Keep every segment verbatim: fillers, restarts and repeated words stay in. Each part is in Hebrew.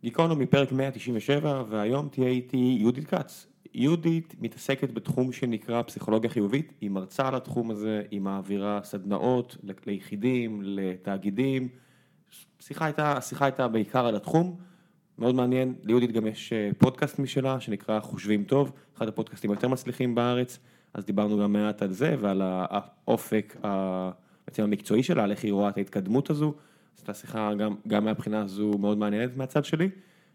גיקונומי פרק מאה תשעים ושבע, והיום תהיה איתי יהודית כץ. יהודית מתעסקת בתחום שנקרא פסיכולוגיה חיובית, היא מרצה על התחום הזה, היא מעבירה סדנאות ליחידים, לתאגידים. השיחה הייתה, השיחה הייתה בעיקר על התחום, מאוד מעניין. ליהודית גם יש פודקאסט משלה שנקרא חושבים טוב, אחד הפודקאסטים היותר מצליחים בארץ, אז דיברנו גם מעט על זה ועל האופק בעצם המקצועי שלה, על איך היא רואה את ההתקדמות הזו. אז את השיחה גם, גם מהבחינה הזו מאוד מעניינת מהצד שלי.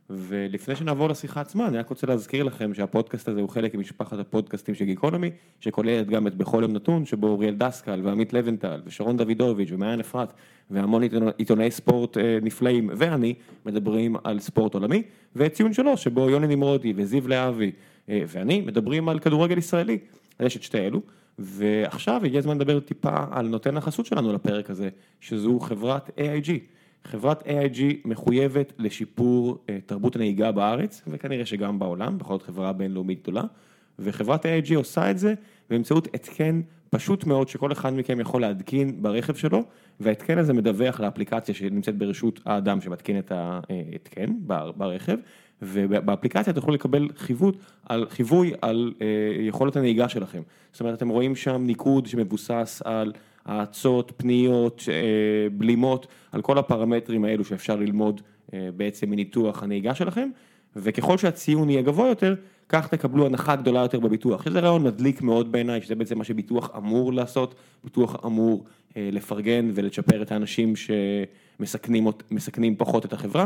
ולפני שנעבור לשיחה עצמה, אני רק רוצה להזכיר לכם שהפודקאסט הזה הוא חלק ממשפחת הפודקאסטים של גיקונומי, שכוללת גם את בכל יום נתון, שבו אוריאל דסקל ועמית לבנטל ושרון דוידוביץ' ומעיין אפרת והמון עיתונאי ספורט נפלאים ואני מדברים על ספורט עולמי, וציון שלוש, שבו יוני נמרודי וזיו להבי ואני מדברים על כדורגל ישראלי. יש את שתי אלו, ועכשיו הגיע הזמן לדבר טיפה על נותן החסות שלנו לפרק הזה, שזו חברת איי איי ג'י. חברת איי איי ג'י מחויבת לשיפור תרבות הנהיגה בארץ, וכנראה שגם בעולם, בכל זאת חברה בינלאומית גדולה, וחברת איי איי ג'י עושה את זה באמצעות התקן פשוט מאוד שכל אחד מכם יכול להדקין ברכב שלו, וההתקן הזה מדווח לאפליקציה שנמצאת ברשות האדם שמתקין את ההתקן ברכב, ובאפליקציה תוכלו לקבל חיווי על, חיווי על אה, יכולת הנהיגה שלכם. זאת אומרת, אתם רואים שם ניקוד שמבוסס על העצות, פניות, אה, בלימות, על כל הפרמטרים האלו שאפשר ללמוד אה, בעצם מניתוח הנהיגה שלכם, וככל שהציון יהיה גבוה יותר, כך תקבלו הנחה גדולה יותר בביטוח. שזה רעיון מדליק מאוד בעיניי, שזה בעצם מה שביטוח אמור לעשות, ביטוח אמור אה, לפרגן ולצ'פר את האנשים שמסכנים מסכנים פחות את החברה.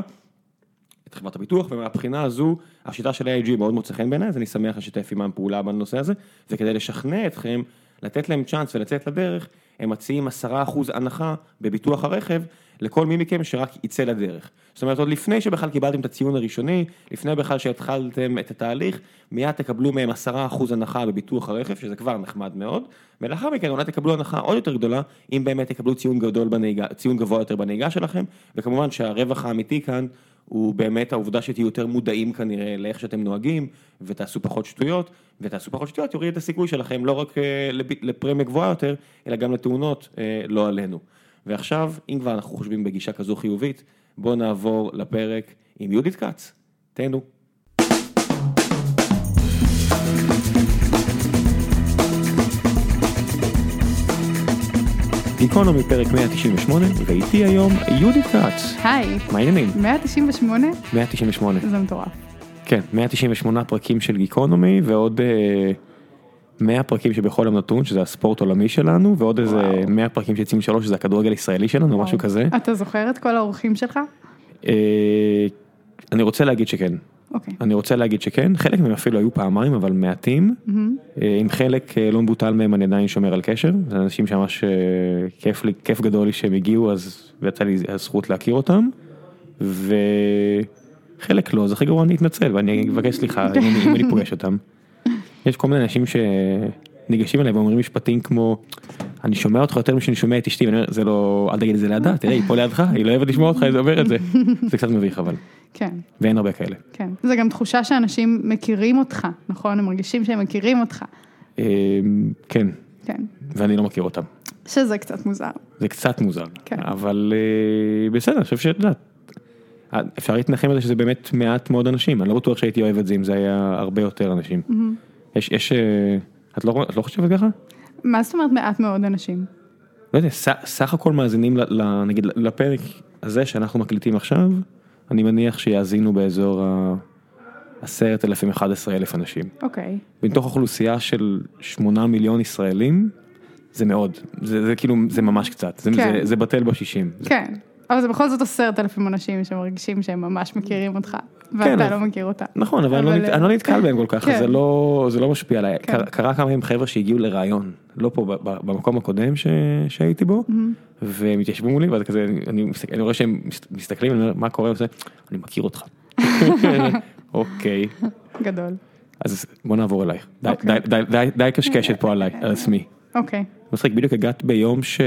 את חברת הביטוח, ומהבחינה הזו, השיטה של איי איי ג'י מאוד מוצא חן בעיניי, אז אני שמח לשתף עמם פעולה בנושא הזה, וכדי לשכנע אתכם, לתת להם צ'אנס ולצאת לדרך, הם מציעים עשרה אחוז הנחה בביטוח הרכב, לכל מי מכם שרק יצא לדרך. זאת אומרת, עוד לפני שבכלל קיבלתם את הציון הראשוני, לפני בכלל שהתחלתם את התהליך, מיד תקבלו מהם עשרה אחוז הנחה בביטוח הרכב, שזה כבר נחמד מאוד, ולאחר מכן אולי תקבלו הנחה עוד יותר גדולה, אם באמת תקבלו ציון גדול בנהיגה, ציון גבוה יותר בנהיגה שלכם, וכמובן שהרווח האמיתי כאן הוא באמת העובדה שתהיו יותר מודעים כנראה לאיך שאתם נוהגים, ותעשו פחות שטויות, ותעשו פחות שטויות, יוריד את הסיכוי שלכם לא רק לפרמיה גבוהה יותר, אלא גם לתאונות לא עלינו. ועכשיו, אם כבר אנחנו חושבים בגישה כזו חיובית, בואו נעבור לפרק עם יהודית כץ. תהנו. גיקונומי פרק מאה תשעים ושמונה, ואיתי היום יהודית כץ. היי. מה העניינים? מאה תשעים ושמונה? מאה תשעים ושמונה. זה מטורף. כן, מאה תשעים ושמונה פרקים של גיקונומי, ועוד מאה פרקים שבכל יום נתון, שזה הספורט עולמי שלנו, ועוד איזה מאה פרקים של ציון שלוש, שזה הכדורגל הישראלי שלנו, משהו כזה. אתה זוכר את כל האורחים שלך? אני רוצה להגיד שכן. אוקיי. אני רוצה להגיד שכן, חלק מהם אפילו היו פעמיים, אבל מעטים. עם חלק לא מבוטל מהם אני עדיין שומר על קשר, זה אנשים שממש כיף לי, כיף גדול לי שהם הגיעו, אז ויצא לי הזכות להכיר אותם, וחלק לא, אז אחרי גרוע אני אתנצל, ואני אבקש סליחה אם אני פוגש אותם. יש כל מיני אנשים שניגשים אליי ואומרים משפטים כמו, אני שומע אותך יותר משאני שומע את אשתי, ואני אומר, זה לא, אל תגיד את זה לידה, תראה, היא פה לידך, היא לא אוהבת לשמוע אותך, היא אומר את זה. זה קצת מביך, אבל. כן. ואין הרבה כאלה. כן. זה גם תחושה שאנשים מכירים אותך, נכון? הם מרגישים שהם מכירים אותך. כן. כן. ואני לא מכיר אותם. שזה קצת מוזר. זה קצת מוזר. כן. אבל בסדר, אני חושב שאת יודעת, אפשר להתנחם על זה שזה באמת מעט מאוד אנשים. אני לא בטוח שהייתי אוהב את זה אם זה היה הרבה יותר אנשים. יש, יש, את לא, את לא חושבת ככה? מה זאת אומרת מעט מאוד אנשים? לא יודע, סך הכל מאזינים, נגיד, לפרק הזה שאנחנו מקליטים עכשיו, אני מניח שיאזינו באזור ה-עשרת אלפים, אחד עשר אלף אנשים. אוקיי. בתוך אוכלוסייה של שמונה מיליון ישראלים, זה מאוד, זה, זה כאילו, זה ממש קצת, זה, כן. זה, זה בטל בשישים. כן, אבל זה בכל זאת עשרת אלפים אנשים שמרגישים שהם ממש מכירים אותך, ואתה לא מכיר אותה. נכון, אבל אני לא, אני לא נתקל בהם כל כך, כן. זה לא, זה לא משפיע עליי. כן. קרה כמה עם חבר'ה שהגיעו לרעיון, לא פה, במקום הקודם ש, שהייתי בו, והם התיישבו מולי, ואז כזה, אני, אני רואה שהם מסתכלים, אני אומר, מה קורה? ועושה, אני מכיר אותך. אוקיי. גדול. אז בוא נעבור אלייך. די, די, די, די, די קשקשת פה עליי, על עצמי. אוקיי. מצחיק, בדיוק הגעת ביום ש...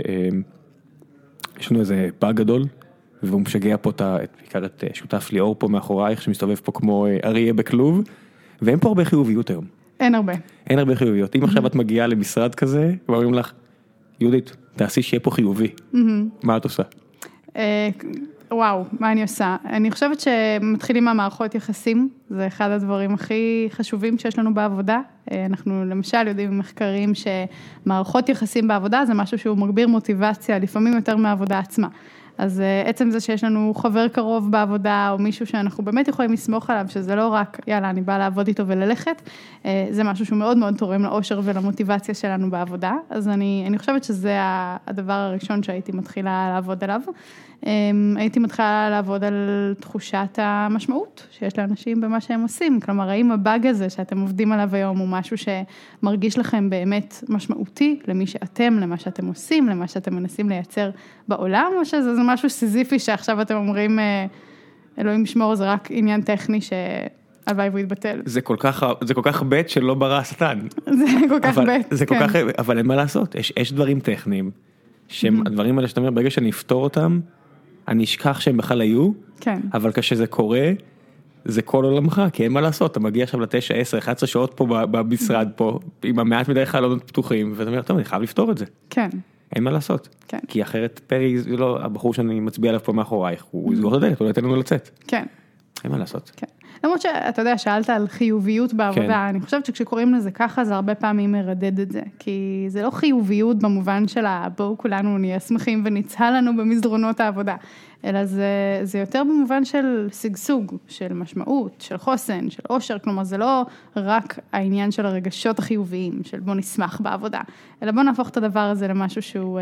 יש לנו איזה באג גדול, והוא משגע פה את, בעיקר את שותף ליאור פה מאחורייך, שמסתובב פה כמו אריה בכלוב, ואין פה הרבה חיוביות היום. אין הרבה. אין הרבה חיוביות. אם עכשיו את מגיעה למשרד כזה, ואומרים לך, יהודית, תעשי שיהיה פה חיובי. מה את עושה? וואו, מה אני עושה? אני חושבת שמתחילים מהמערכות יחסים, זה אחד הדברים הכי חשובים שיש לנו בעבודה. אנחנו למשל יודעים במחקרים שמערכות יחסים בעבודה זה משהו שהוא מגביר מוטיבציה, לפעמים יותר מהעבודה עצמה. אז עצם זה שיש לנו חבר קרוב בעבודה, או מישהו שאנחנו באמת יכולים לסמוך עליו, שזה לא רק, יאללה, אני באה לעבוד איתו וללכת, זה משהו שהוא מאוד מאוד תורם לאושר ולמוטיבציה שלנו בעבודה, אז אני, אני חושבת שזה הדבר הראשון שהייתי מתחילה לעבוד עליו. הייתי מתחילה לעבוד על תחושת המשמעות שיש לאנשים במה שהם עושים, כלומר, האם הבאג הזה שאתם עובדים עליו היום הוא משהו שמרגיש לכם באמת משמעותי למי שאתם, למה שאתם עושים, למה שאתם מנסים לייצר בעולם, או שזה זה משהו סיזיפי שעכשיו אתם אומרים, אלוהים שמור, זה רק עניין טכני שהלוואי והוא יתבטל. זה כל כך, זה כל כך בית שלא ברא השטן. זה כל כך בית, זה כל כך, אבל אין מה לעשות, יש, יש דברים טכניים, שהדברים האלה שאתה אומר, ברגע שאני אפתור אותם, אני אשכח שהם בכלל היו, כן. אבל כשזה קורה, זה כל עולמך, כי אין מה לעשות, אתה מגיע עכשיו לתשע, עשר, אחת עשרה שעות פה במשרד פה, עם המעט מדי חלונות פתוחים, ואתה אומר, טוב, אני חייב לפתור את זה. כן. אין מה לעשות. כן. כי אחרת פרי, לא, הבחור שאני מצביע עליו פה מאחורייך, הוא יסגור את הדלת, הוא לא ייתן לנו לצאת. כן. אין מה לעשות. כן. למרות שאתה יודע, שאלת על חיוביות בעבודה, כן. אני חושבת שכשקוראים לזה ככה, זה הרבה פעמים מרדד את זה, כי זה לא חיוביות במובן של בואו כולנו נהיה שמחים ונצהל לנו במסדרונות העבודה, אלא זה, זה יותר במובן של סגסוג, של משמעות, של חוסן, של אושר, כלומר זה לא רק העניין של הרגשות החיוביים, של בוא נשמח בעבודה, אלא בוא נהפוך את הדבר הזה למשהו שהוא,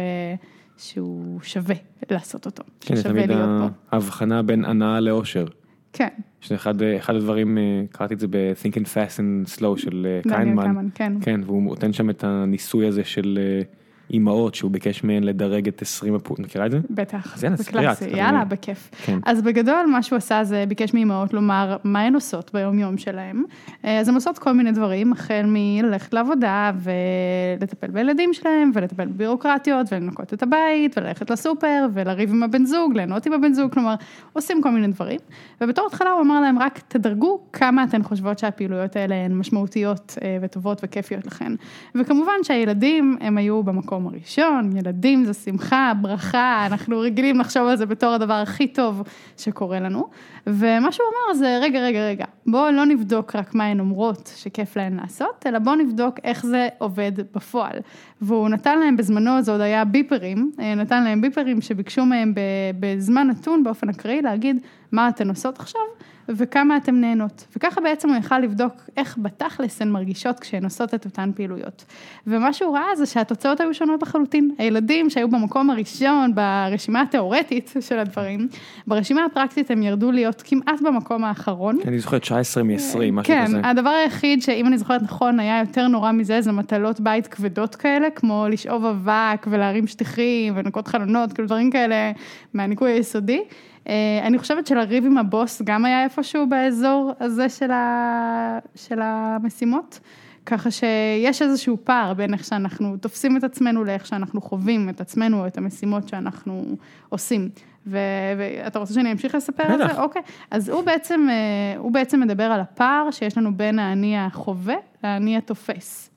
שהוא שווה לעשות אותו, כן, ששווה תמיד להיות בו. ההבחנה בין הנאה לאושר. כן. שזה אחד, אחד הדברים, קראתי את זה ב-Think and Fast and Slow של קיינמן. קיינמן. כן. כן, והוא נותן שם את הניסוי הזה של אימהות, שהוא ביקש מהן לדרג את עשרים הפעולות, מכירה את זה? בטח, זה קלאסי, יאללה, בכיף. כן. אז בגדול מה שהוא עשה זה ביקש מאימהות לומר מה הן עושות ביום יום שלהם, אז הן עושות כל מיני דברים, החל מללכת לעבודה ולטפל בילדים שלהם, ולטפל בבירוקרטיות, ולנקות את הבית, וללכת לסופר, ולריב עם הבן זוג, ליהנות עם הבן זוג, כלומר, עושים כל מיני דברים, ובתור התחלה הוא אמר להם רק תדרגו כמה אתן חושבות שהפעילויות האלה הן משמעותיות וטובות וכיפיות לכן, וכמובן שהילדים הם היו במקום הראשון, ילדים זה שמחה, ברכה, אנחנו רגילים לחשוב על זה בתור הדבר הכי טוב שקורה לנו, ומה שהוא אמר זה רגע, רגע, רגע, בואו לא נבדוק רק מה הן אומרות שכיף להן לעשות, אלא בואו נבדוק איך זה עובד בפועל, והוא נתן להם בזמנו, זה עוד היה ביפרים, נתן להם ביפרים שביקשו מהם בזמן נתון באופן אקראי להגיד מה אתן עושות עכשיו, וכמה אתם נהנות. וככה בעצם הוא יכל לבדוק איך בתכלס הן מרגישות כשהן עושות את אותן פעילויות. ומה שהוא ראה זה שהתוצאות היו שונות לחלוטין. הילדים שהיו במקום הראשון, ברשימה התיאורטית של הדברים, ברשימה הפרקטית הם ירדו להיות כמעט במקום האחרון. אני זוכרת תשע עשרה מ-עשרים, משהו כן, כזה. הדבר היחיד שאם אני זוכרת נכון היה יותר נורא מזה, זה מטלות בית כבדות כאלה, כמו לשאוב אבק ולהרים שטיחים ולנקות חלונות, כאילו דברים כאלה מהניקוי היסודי. אני חושבת שלריב עם הבוס גם היה איפשהו באזור הזה של, ה... של המשימות, ככה שיש איזשהו פער בין איך שאנחנו תופסים את עצמנו לאיך שאנחנו חווים את עצמנו או את המשימות שאנחנו עושים. ו... ואתה רוצה שאני אמשיך לספר על זה? אוקיי. אז הוא בעצם, הוא בעצם מדבר על הפער שיש לנו בין האני החווה לאני התופס.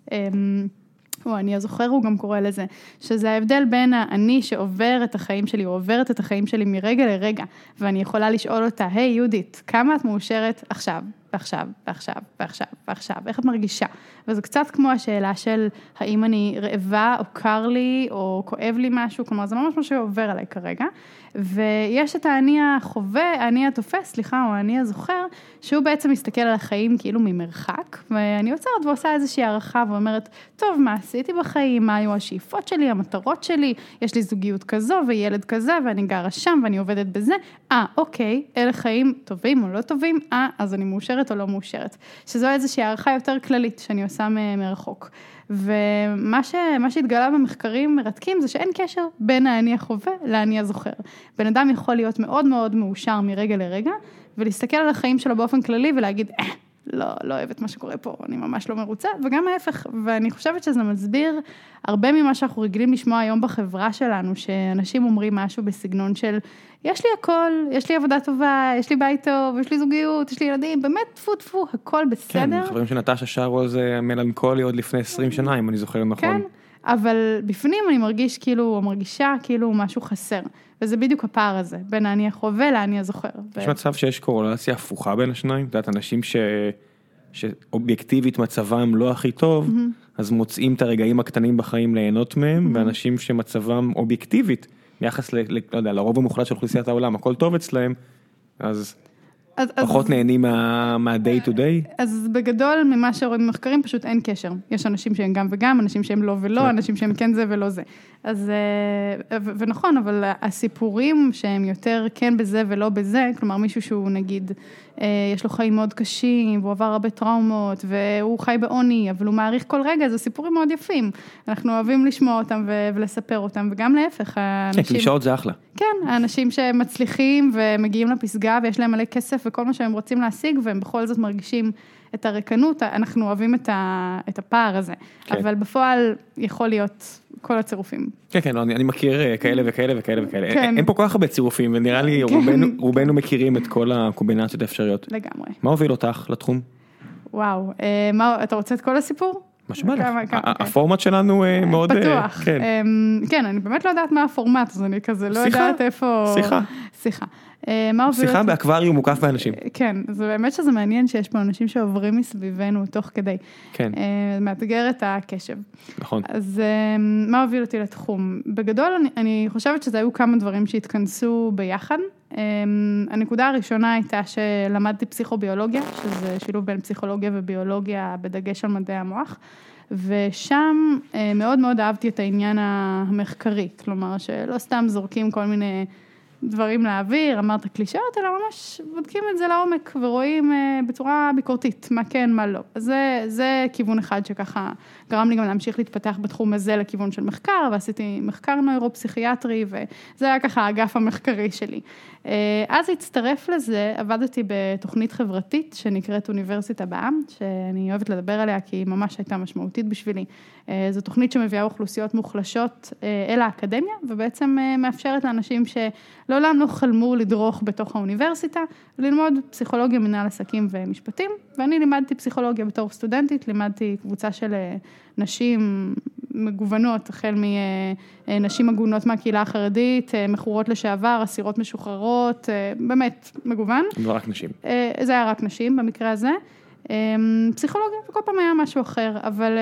או אני הזוכר, הוא גם קורא לזה, שזה ההבדל בין האני שעובר את החיים שלי, או עוברת את החיים שלי מרגע לרגע, ואני יכולה לשאול אותה, היי יהודית, כמה את מאושרת עכשיו, ועכשיו, ועכשיו, ועכשיו, ועכשיו, איך את מרגישה? וזה קצת כמו השאלה של, האם אני רעבה, או קר לי, או כואב לי משהו, כלומר, זה ממש מה שעובר עליי כרגע, ויש את האני החווה, האני התופס, סליחה, או האני הזוכר, שהוא בעצם מסתכל על החיים כאילו ממרחק, ואני יוצרת ועושה איזושהי הערכה, ואומרת, טוב, מה עשיתי בחיים, מה היו השאיפות שלי, המטרות שלי, יש לי זוגיות כזו, וילד כזה, ואני גרה שם, ואני עובדת בזה, אה, אוקיי, אלה חיים טובים או לא טובים, אה, אז אני מאושרת או לא מאושרת, שזו איזושהי הערכה יותר כללית, שאני עושה מרחוק. ומה ש, מה שהתגלה במחקרים מרתקים זה שאין קשר בין האני החווה לאני הזוכר. בן אדם יכול להיות מאוד מאוד מאושר מרגע לרגע, ולהסתכל על החיים שלו באופן כללי ולהגיד, אה, לא, לא אוהבת מה שקורה פה, אני ממש לא מרוצה, וגם ההפך, ואני חושבת שזה מסביר הרבה ממה שאנחנו רגילים לשמוע היום בחברה שלנו, שאנשים אומרים משהו בסגנון של, יש לי הכל, יש לי עבודה טובה, יש לי בית טוב, יש לי זוגיות, יש לי ילדים, באמת טפו טפו, הכל בסדר. כן, חברים שנטשה שרו על זה מלנכולי עוד לפני עשרים שנה, אם אני זוכר נכון. כן, אבל בפנים אני מרגיש כאילו, או מרגישה כאילו משהו חסר. וזה בדיוק הפער הזה, בין האני החווה לאני הזוכר. יש מצב שיש קורלציה הפוכה בין השניים? את יודעת, אנשים ש... שאובייקטיבית מצבם לא הכי טוב, אז מוצאים את הרגעים הקטנים בחיים ליהנות מהם, ואנשים שמצבם אובייקטיבית, ביחס ל... לא יודע, לרוב המוחלט של אוכלוסיית העולם, הכל טוב אצלהם, אז... פחות נהנים מה-day to day? אז בגדול, ממה שרואים במחקרים, פשוט אין קשר. יש אנשים שהם גם וגם, אנשים שהם לא ולא, אנשים שהם כן זה ולא זה. אז, ונכון, אבל הסיפורים שהם יותר כן בזה ולא בזה, כלומר מישהו שהוא נגיד, יש לו חיים מאוד קשים, והוא עבר הרבה טראומות, והוא חי בעוני, אבל הוא מעריך כל רגע, זה סיפורים מאוד יפים. אנחנו אוהבים לשמוע אותם ולספר אותם, וגם להפך, האנשים... כן, קלישאות זה אחלה. כן, האנשים שמצליחים ומגיעים לפסגה, ויש להם מלא כסף וכל מה שהם רוצים להשיג, והם בכל זאת מרגישים את הריקנות, אנחנו אוהבים את, ה, את הפער הזה, כן. אבל בפועל יכול להיות כל הצירופים. כן, כן, אני, אני מכיר כאלה וכאלה וכאלה וכאלה, כן. אין פה כל כך הרבה צירופים, ונראה לי כן. רובנו, רובנו מכירים את כל הקומבינציות האפשריות. לגמרי. מה הוביל אותך לתחום? וואו, מה, אתה רוצה את כל הסיפור? מה שבא לך, הפורמט שלנו מאוד... פתוח. כן, אני באמת לא יודעת מה הפורמט, אז אני כזה לא יודעת איפה... שיחה. שיחה. שיחה באקווריום מוקף באנשים. כן, זה באמת שזה מעניין שיש פה אנשים שעוברים מסביבנו תוך כדי. כן. מאתגר את הקשב. נכון. אז מה הוביל אותי לתחום? בגדול אני חושבת שזה היו כמה דברים שהתכנסו ביחד. הנקודה הראשונה הייתה שלמדתי פסיכוביולוגיה, שזה שילוב בין פסיכולוגיה וביולוגיה בדגש על מדעי המוח. ושם מאוד מאוד אהבתי את העניין המחקרי, כלומר שלא סתם זורקים כל מיני דברים לאוויר, אמרת קלישאות, אלא ממש בודקים את זה לעומק ורואים בצורה ביקורתית, מה כן, מה לא. אז זה, זה כיוון אחד שככה גרם לי גם להמשיך להתפתח בתחום הזה לכיוון של מחקר, ועשיתי מחקר נוירו-פסיכיאטרי, וזה היה ככה האגף המחקרי שלי. אז הצטרף לזה, עבדתי בתוכנית חברתית שנקראת אוניברסיטה בעם, שאני אוהבת לדבר עליה כי היא ממש הייתה משמעותית בשבילי. זו תוכנית שמביאה אוכלוסיות מוחלשות אל האקדמיה, ובעצם מאפשרת לאנשים שלעולם לא חלמו לדרוך בתוך האוניברסיטה, ללמוד פסיכולוגיה, מנהל עסקים ומשפטים, ואני לימדתי פסיכולוגיה בתור סטודנטית, לימדתי קבוצה של נשים מגוונות, החל מנשים עגונות מהקהילה החרדית, מכורות לשעבר, אסירות משוחררות, באמת מגוון. לא רק נשים. זה היה רק נשים במקרה הזה. פסיכולוגיה, וכל פעם היה משהו אחר, אבל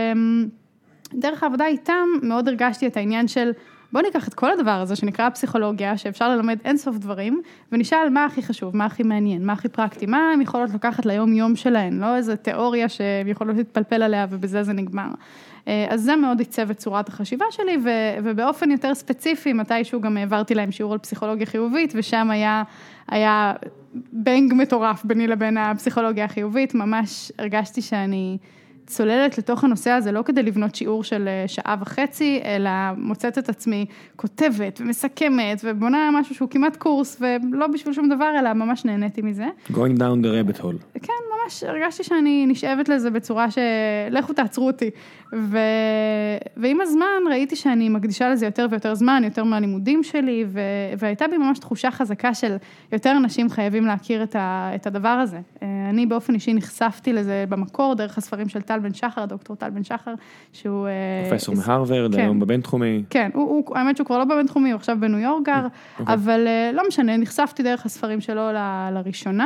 דרך העבודה איתם מאוד הרגשתי את העניין של, בוא ניקח את כל הדבר הזה שנקרא פסיכולוגיה, שאפשר ללמד אינסוף דברים, ונשאל מה הכי חשוב, מה הכי מעניין, מה הכי פרקטי, מה הם יכולות לקחת ליום יום שלהן, לא איזו תיאוריה שהם יכולות להתפלפל עליה ובזה זה נגמר. אז זה מאוד עיצב את צורת החשיבה שלי, ובאופן יותר ספציפי, מתישהו גם העברתי להם שיעור על פסיכולוגיה חיובית, ושם היה, היה בנג מטורף ביני לבין הפסיכולוגיה החיובית, ממש הרגשתי שאני צוללת לתוך הנושא הזה, לא כדי לבנות שיעור של שעה וחצי, אלא מוצאת את עצמי כותבת ומסכמת, ובונה משהו שהוא כמעט קורס, ולא בשביל שום דבר, אלא ממש נהניתי מזה. Going down the rabbit hole. כן, ממש הרגשתי שאני נשאבת לזה בצורה של, לכו תעצרו אותי. ו... ועם הזמן ראיתי שאני מקדישה לזה יותר ויותר זמן, יותר מהלימודים שלי, ו... והייתה בי ממש תחושה חזקה של יותר אנשים חייבים להכיר את, ה... את הדבר הזה. אני באופן אישי נחשפתי לזה במקור, דרך הספרים של טל בן שחר, דוקטור טל בן שחר, שהוא... פרופסור מהרווארד, כן. היום בבינתחומי. כן, הוא, הוא, האמת שהוא כבר לא בבינתחומי, הוא עכשיו בניו יורק גר, okay. אבל לא משנה, נחשפתי דרך הספרים שלו ל... לראשונה,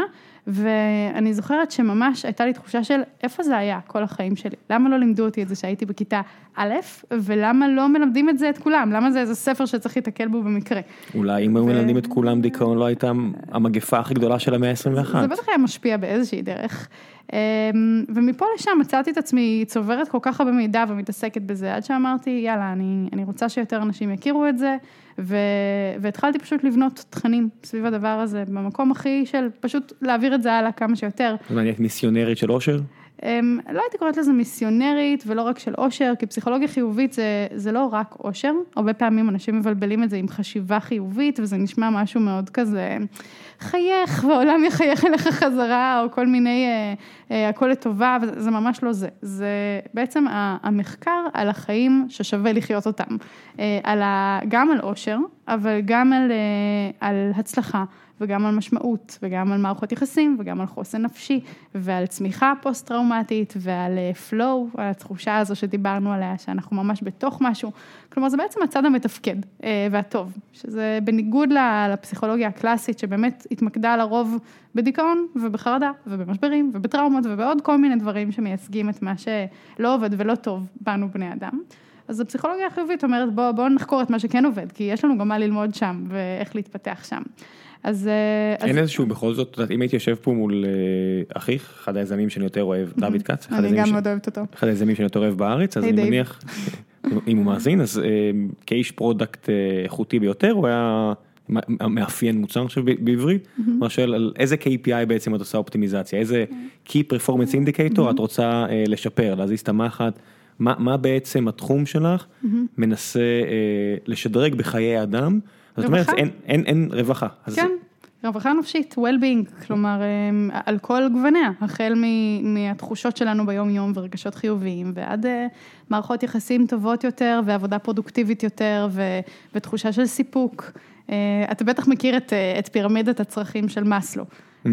ואני זוכרת שממש הייתה לי תחושה של איפה זה היה כל החיים שלי, למה לא לימדו אותי את זה שהייתי בכיתה א', ולמה לא מלמדים את זה את כולם, למה זה איזה ספר שצריך להתקל בו במקרה. אולי אם היו מלמדים את כולם, דיכאון לא הייתה המגפה הכי גדולה של המאה ה-עשרים ואחת. זה בטח היה משפיע באיזושהי דרך, ומפה לשם מצאתי את עצמי צוברת כל כך הרבה מידע ומתעסקת בזה, עד שאמרתי יאללה, אני, אני רוצה שיותר אנשים יכירו את זה, ו... והתחלתי פשוט לבנות תכנים סביב הדבר הזה, במקום הכי של פשוט להעביר את זה הלאה כמה שיותר. מעניינת מיסיונרית של אושר? לא הייתי קוראת לזה מיסיונרית, ולא רק של אושר, כי פסיכולוגיה חיובית זה, זה לא רק אושר, הרבה פעמים אנשים מבלבלים את זה עם חשיבה חיובית, וזה נשמע משהו מאוד כזה חייך, והעולם יחייך אליך חזרה, או כל מיני, הכל לטובה, וזה ממש לא זה. זה בעצם המחקר על החיים ששווה לחיות אותם, על ה, גם על אושר, אבל גם על, על הצלחה, וגם על משמעות, וגם על מערכות יחסים, וגם על חוסן נפשי, ועל צמיחה פוסט-טראומטית, ועל פלואו, על התחושה הזו שדיברנו עליה, שאנחנו ממש בתוך משהו. כלומר, זה בעצם הצד המתפקד והטוב, שזה בניגוד לפסיכולוגיה הקלאסית, שבאמת התמקדה לרוב בדיכאון ובחרדה, ובמשברים, ובטראומות, ובעוד כל מיני דברים שמייצגים את מה שלא עובד ולא טוב בנו בני אדם. אז הפסיכולוגיה החיובית אומרת, בוא, בוא נחקור את מה שכן עובד, כי יש לנו גם מה ללמוד שם, ואיך להתפתח שם. אז... אין איזשהו בכל זאת, אם הייתי יושב פה מול אחיך, אחד היזמים שאני יותר אוהב, דוד כץ, אני גם מאוד אוהבת אותו. אחד היזמים שאני יותר אוהב בארץ, אז אני מניח, אם הוא מאזין, אז כאיש פרודקט איכותי ביותר, הוא היה מאפיין מוצר עכשיו בעברית, למשל, על איזה קיי פי איי בעצם את עושה אופטימיזציה, איזה Key Performance Indicator את רוצה לשפר, להזיז את המחט, מה, מה בעצם התחום שלך מנסה לשדרג בחיי אדם, זאת אומרת, אין, אין, אין רווחה. כן, רווחה נפשית, well-being, כלומר, על כל גווניה, החל מהתחושות שלנו ביום יום ורגשות חיוביים, ועד מערכות יחסים טובות יותר, ועבודה פרודוקטיבית יותר, ותחושה של סיפוק. אתה בטח מכיר את, את פירמידת הצרכים של מאסלו,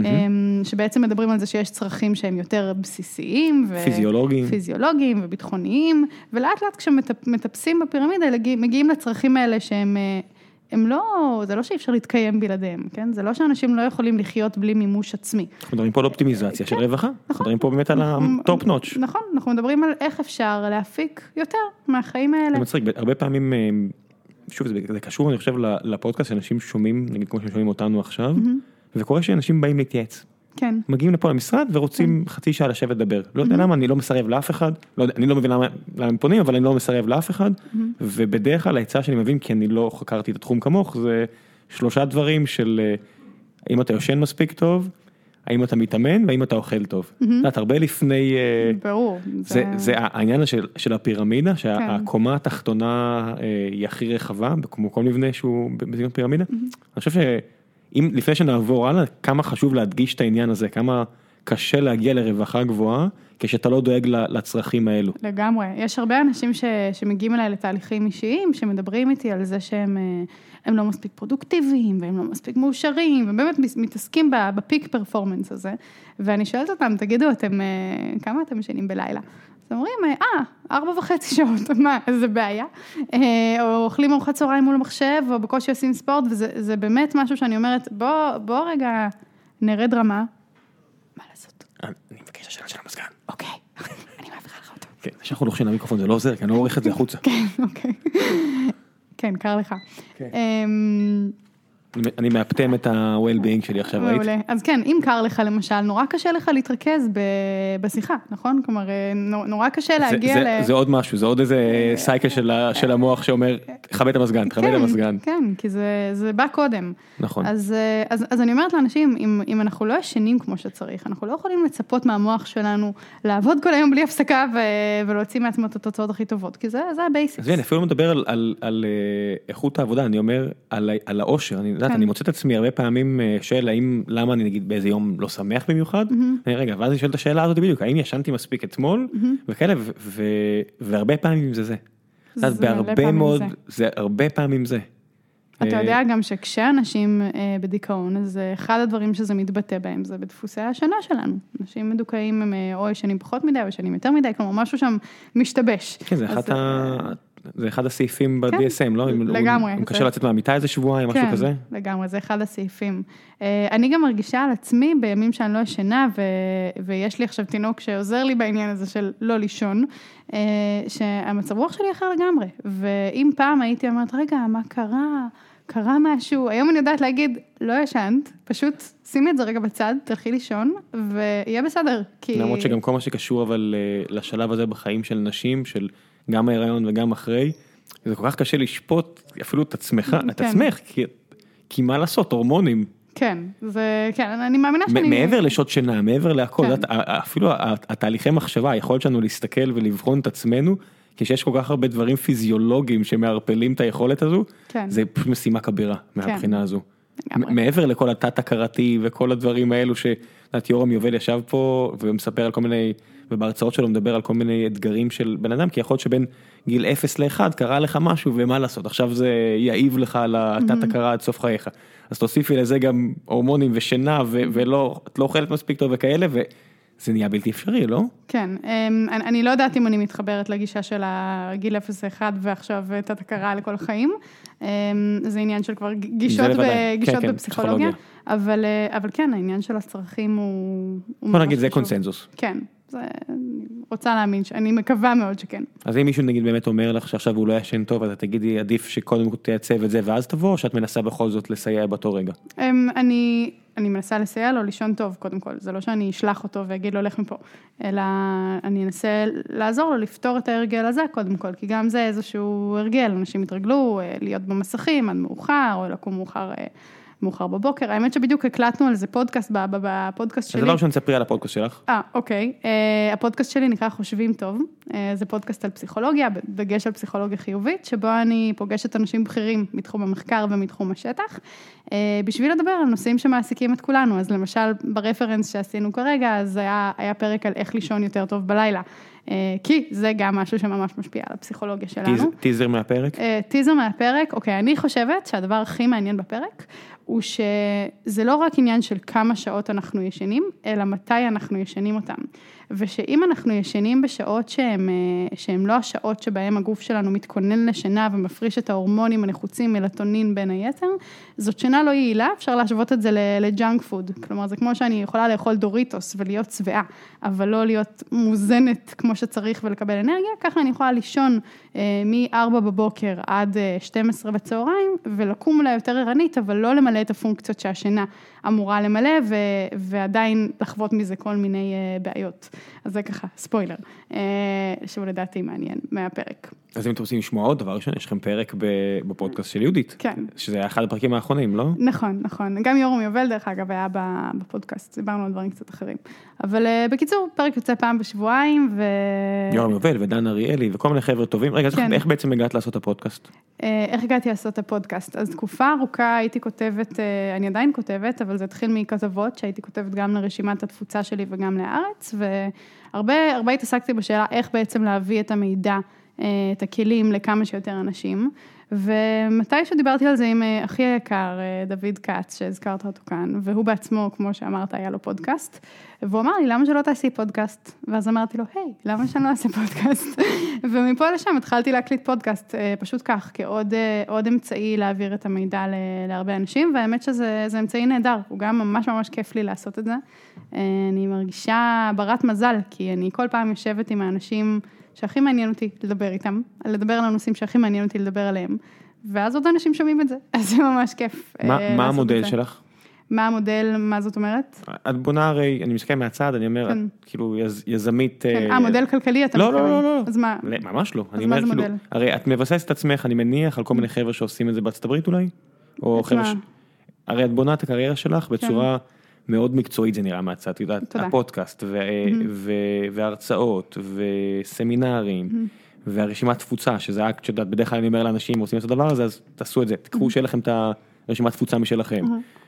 שבעצם מדברים על זה שיש צרכים שהם יותר בסיסיים, פיזיולוגיים, פיזיולוגיים וביטחוניים, ולאט לאט כשמטפסים בפירמידה, מגיעים לצרכים האלה שהם, הם לא, זה לא שאי אפשר להתקיים בלעדיהם, כן? זה לא שאנשים לא יכולים לחיות בלי מימוש עצמי. אנחנו מדברים פה על אופטימיזציה של רווחה, אנחנו מדברים פה באמת על הטופ נוטש. נכון, אנחנו מדברים על איך אפשר להפיק יותר מהחיים האלה. זה מצחיק, הרבה פעמים, שוב, זה קשור, אני חושב, לפודקאסט שאנשים שומעים, נגיד כמו ששומעים אותנו עכשיו, וקורה שאנשים באים להתייעץ. כן. מגיעים לפה למשרד ורוצים חצי שעה לשבת לדבר. לא יודע למה, אני לא מסרב לאף אחד, אני לא מבין למה הם פונים, אבל אני לא מסרב לאף אחד, ובדרך כלל ההצעה שאני מבין, כי אני לא חקרתי את התחום כמוך, זה שלושה דברים של האם אתה יושן מספיק טוב, האם אתה מתאמן, והאם אתה אוכל טוב. את יודעת, הרבה לפני... ברור. זה העניין של הפירמידה, שהקומה התחתונה היא הכי רחבה, כמו כל מבנה שהוא בסגנון פירמידה. אני חושב ש... אם לפני שנעבור הלאה, כמה חשוב להדגיש את העניין הזה, כמה קשה להגיע לרווחה גבוהה, כשאתה לא דואג לצרכים האלו. לגמרי. יש הרבה אנשים ש, שמגיעים אליי לתהליכים אישיים, שמדברים איתי על זה שהם הם לא מספיק פרודוקטיביים, והם לא מספיק מאושרים, ובאמת מתעסקים בפיק פרפורמנס הזה, ואני שואלת אותם, תגידו, אתם, כמה אתם משנים בלילה? אז אומרים, אה, ארבע וחצי שעות, מה, איזה בעיה? או אוכלים ארוחת צהריים מול המחשב, או בקושי עושים ספורט, וזה באמת משהו שאני אומרת, בוא, בוא רגע נרד רמה. מה לעשות? אני מבקש השאלה של המזגן. אוקיי, אני מעבירה לך אותו. כן, שאנחנו לוחשים למיקרופון, זה לא עוזר, כי אני לא עורך את זה החוצה. כן, אוקיי. כן, קר לך. כן. אני מאפתם את ה-well-being שלי עכשיו, ראית? אז כן, אם קר לך למשל, נורא קשה לך להתרכז בשיחה, נכון? כלומר, נורא קשה להגיע ל... זה עוד משהו, זה עוד איזה סייקל של המוח שאומר, תכבד את המזגן, תכבד את המזגן. כן, כי זה בא קודם. נכון. אז אני אומרת לאנשים, אם אנחנו לא ישנים כמו שצריך, אנחנו לא יכולים לצפות מהמוח שלנו, לעבוד כל היום בלי הפסקה ולהוציא מעצמו את התוצאות הכי טובות, כי זה הבייסיקס. אז הנה, אפילו מדבר על איכות העבודה, אני אומר על האושר, אני יודעת, אני מוצא את עצמי הרבה פעמים שואל, האם, למה אני נגיד באיזה יום לא שמח במיוחד? רגע, ואז אני שואל את השאלה הזאת בדיוק, האם ישנתי מספיק אתמול? וכאלה, והרבה פעמים זה זה. בהרבה מאוד, זה הרבה פעמים זה. אתה יודע גם שכשאנשים בדיכאון, אז אחד הדברים שזה מתבטא בהם, זה בדפוסי השנה שלנו. אנשים מדוכאים הם או ישנים פחות מדי, או ישנים יותר מדי, כלומר, משהו שם משתבש. כן, זה אחת ה... זה אחד הסעיפים ב-די אס אם, לא? לגמרי. אם קשה לצאת מהמיטה איזה שבועיים, משהו כזה? כן, לגמרי, זה אחד הסעיפים. אני גם מרגישה על עצמי בימים שאני לא ישנה, ויש לי עכשיו תינוק שעוזר לי בעניין הזה של לא לישון, שהמצב רוח שלי אחר לגמרי. ואם פעם הייתי אומרת, רגע, מה קרה? קרה משהו? היום אני יודעת להגיד, לא ישנת, פשוט שימי את זה רגע בצד, תלכי לישון, ויהיה בסדר. למרות שגם כל מה שקשור אבל לשלב הזה בחיים של נשים, של גם ההיריון וגם אחרי, זה כל כך קשה לשפוט אפילו את עצמך, את עצמך, כי מה לעשות, הורמונים. כן, זה, כן, אני מאמינה שאני... מעבר לשעות שינה, מעבר להכל, אפילו התהליכי מחשבה, היכולת שלנו להסתכל ולבחון את עצמנו, כשיש כל כך הרבה דברים פיזיולוגיים שמערפלים את היכולת הזו, זה פשוט משימה כבירה מהבחינה הזו. מעבר לכל התת-הכרתי וכל הדברים האלו שיורם יובל ישב פה ומספר על כל מיני, ובהרצאות שלו מדבר על כל מיני אתגרים של בן אדם, כי יכול להיות שבין גיל אפס לאחד קרה לך משהו ומה לעשות, עכשיו זה יעיב לך על התת-הכרה עד סוף חייך. אז תוסיפי לזה גם הורמונים ושינה, ולא, את לא אוכלת מספיק טוב וכאלה, וזה נהיה בלתי אפשרי, לא? כן, אני, אני לא יודעת אם אני מתחברת לגישה של הגיל אפס אחד, ועכשיו תת הכרה לכל החיים, זה עניין של כבר גישות, בגישות כן, בפסיכולוגיה, כן, אבל, אבל כן, העניין של הצרכים הוא... בוא נגיד, זה קונסנזוס. כן. זה, אני רוצה להאמין, אני מקווה מאוד שכן. אז אם מישהו נגיד באמת אומר לך שעכשיו הוא לא ישן טוב, אז תגידי עדיף שקודם תייצב את זה ואז תבוא, או שאת מנסה בכל זאת לסייע באותו רגע? אני, אני מנסה לסייע לו לישון טוב קודם כל, זה לא שאני אשלח אותו ואגיד לו לך מפה, אלא אני אנסה לעזור לו לפתור את ההרגל הזה קודם כל, כי גם זה איזשהו הרגל, אנשים יתרגלו להיות במסכים עד מאוחר, או לקום מאוחר מאוחר בבוקר. האמת שבדיוק הקלטנו על זה פודקאסט בפודקאסט שלי. זה לא ראשון תספרי על הפודקאסט שלך. אה, אוקיי. הפודקאסט שלי נקרא חושבים טוב. זה פודקאסט על פסיכולוגיה, בדגש על פסיכולוגיה חיובית, שבו אני פוגשת אנשים בכירים מתחום המחקר ומתחום השטח, בשביל לדבר על נושאים שמעסיקים את כולנו. אז למשל, ברפרנס שעשינו כרגע, אז היה, היה פרק על איך לישון יותר טוב בלילה. כי זה גם משהו שממש משפיע על הפסיכולוגיה שלנו. טיזר מהפרק? טיזר מהפרק, אוקיי, אני חושבת שהדבר הכי מעניין בפרק, הוא שזה לא רק עניין של כמה שעות אנחנו ישנים, אלא מתי אנחנו ישנים אותם. ושאם אנחנו ישנים בשעות שהן, שהן לא השעות שבהן הגוף שלנו מתכונן לשינה ומפריש את ההורמונים הנחוצים מלטונין בין היתר, זאת שינה לא יעילה, אפשר להשוות את זה לג'אנק פוד. כלומר, זה כמו שאני יכולה לאכול דוריטוס ולהיות צבעה, אבל לא להיות מוזנת כמו שצריך ולקבל אנרגיה, ככה אני יכולה לישון מ-ארבע בבוקר עד שתים עשרה בצהריים, ולקום לה יותר ערנית, אבל לא למלא את הפונקציות שהשינה אמורה למלא, ו- ועדיין לחוות מזה כל מיני בעיות. אז זה ככה, ספוילר, שהוא לדעתי מעניין מהפרק. אז אם אתם רוצים לשמוע עוד דבר ראשון, יש לכם פרק בפודקאסט של יהודית. כן. שזה היה אחד הפרקים האחרונים, לא? נכון, נכון. גם יורם יובל, דרך אגב, היה בפודקאסט, דיברנו על דברים קצת אחרים. אבל בקיצור, פרק יוצא פעם בשבועיים, ו... יורם יובל ודן אריאלי, וכל מיני חבר'ה טובים. רגע, כן. איך בעצם הגעת לעשות את הפודקאסט? איך הגעתי לעשות את הפודקאסט? אז תקופה ארוכה הייתי כותבת, אני עדיין כותבת, אבל זה התחיל מכתבות, שהייתי כותבת גם לרשימת התפוצה שלי וגם לארץ, והרבה, הרבה התעסקתי בשאלה איך בעצם להביא את המידע, את הכלים לכמה שיותר אנשים, ומתי שדיברתי על זה עם אחי היקר, דוד קאץ, שהזכרת אותו כאן, והוא בעצמו, כמו שאמרת, היה לו פודקאסט, והוא אמר לי, למה שלא תעשי פודקאסט? ואז אמרתי לו, היי, למה שאני לא אעשה פודקאסט? ומפה לשם התחלתי להקליט פודקאסט, פשוט כך, כעוד עוד אמצעי להעביר את המידע להרבה אנשים, והאמת שזה זה אמצעי נהדר, הוא גם ממש ממש כיף לי לעשות את זה. אני מרגישה ברת מזל, כי אני כל פעם יושבת עם האנשים שהכי מעניין אותי לדבר איתם, לדבר על הנושאים שהכי מעניין אותי לדבר עליהם, ואז עוד אנשים שומעים את זה, אז זה ממש כיף. מה, מה המודל שלך? מה המודל, מה זאת אומרת? את בונה הרי, אני מסתכל מהצד, אני אומר, כן. כאילו יז, יזמית... כן, אה, מודל כלכלי אתה לא, מתכוון. לא, לא, לא. אז מה? ממש לא. אז מה זה כאילו, מודל? הרי את מבססת את עצמך, אני מניח, על כל מיני חבר'ה שעושים את זה בארצות הברית אולי? או חבר'ה ש... הרי את בונה את הקריירה שלך בצורה... כן. מאוד מקצועית זה נראה מהצד, את יודעת, הפודקאסט והרצאות וסמינרים והרשימת תפוצה, שזה אקט שאת בדרך כלל אני אומר לאנשים רוצים לעשות הדבר הזה, אז תעשו את זה, תקחו שיהיה לכם את הרשימת תפוצה משלכם.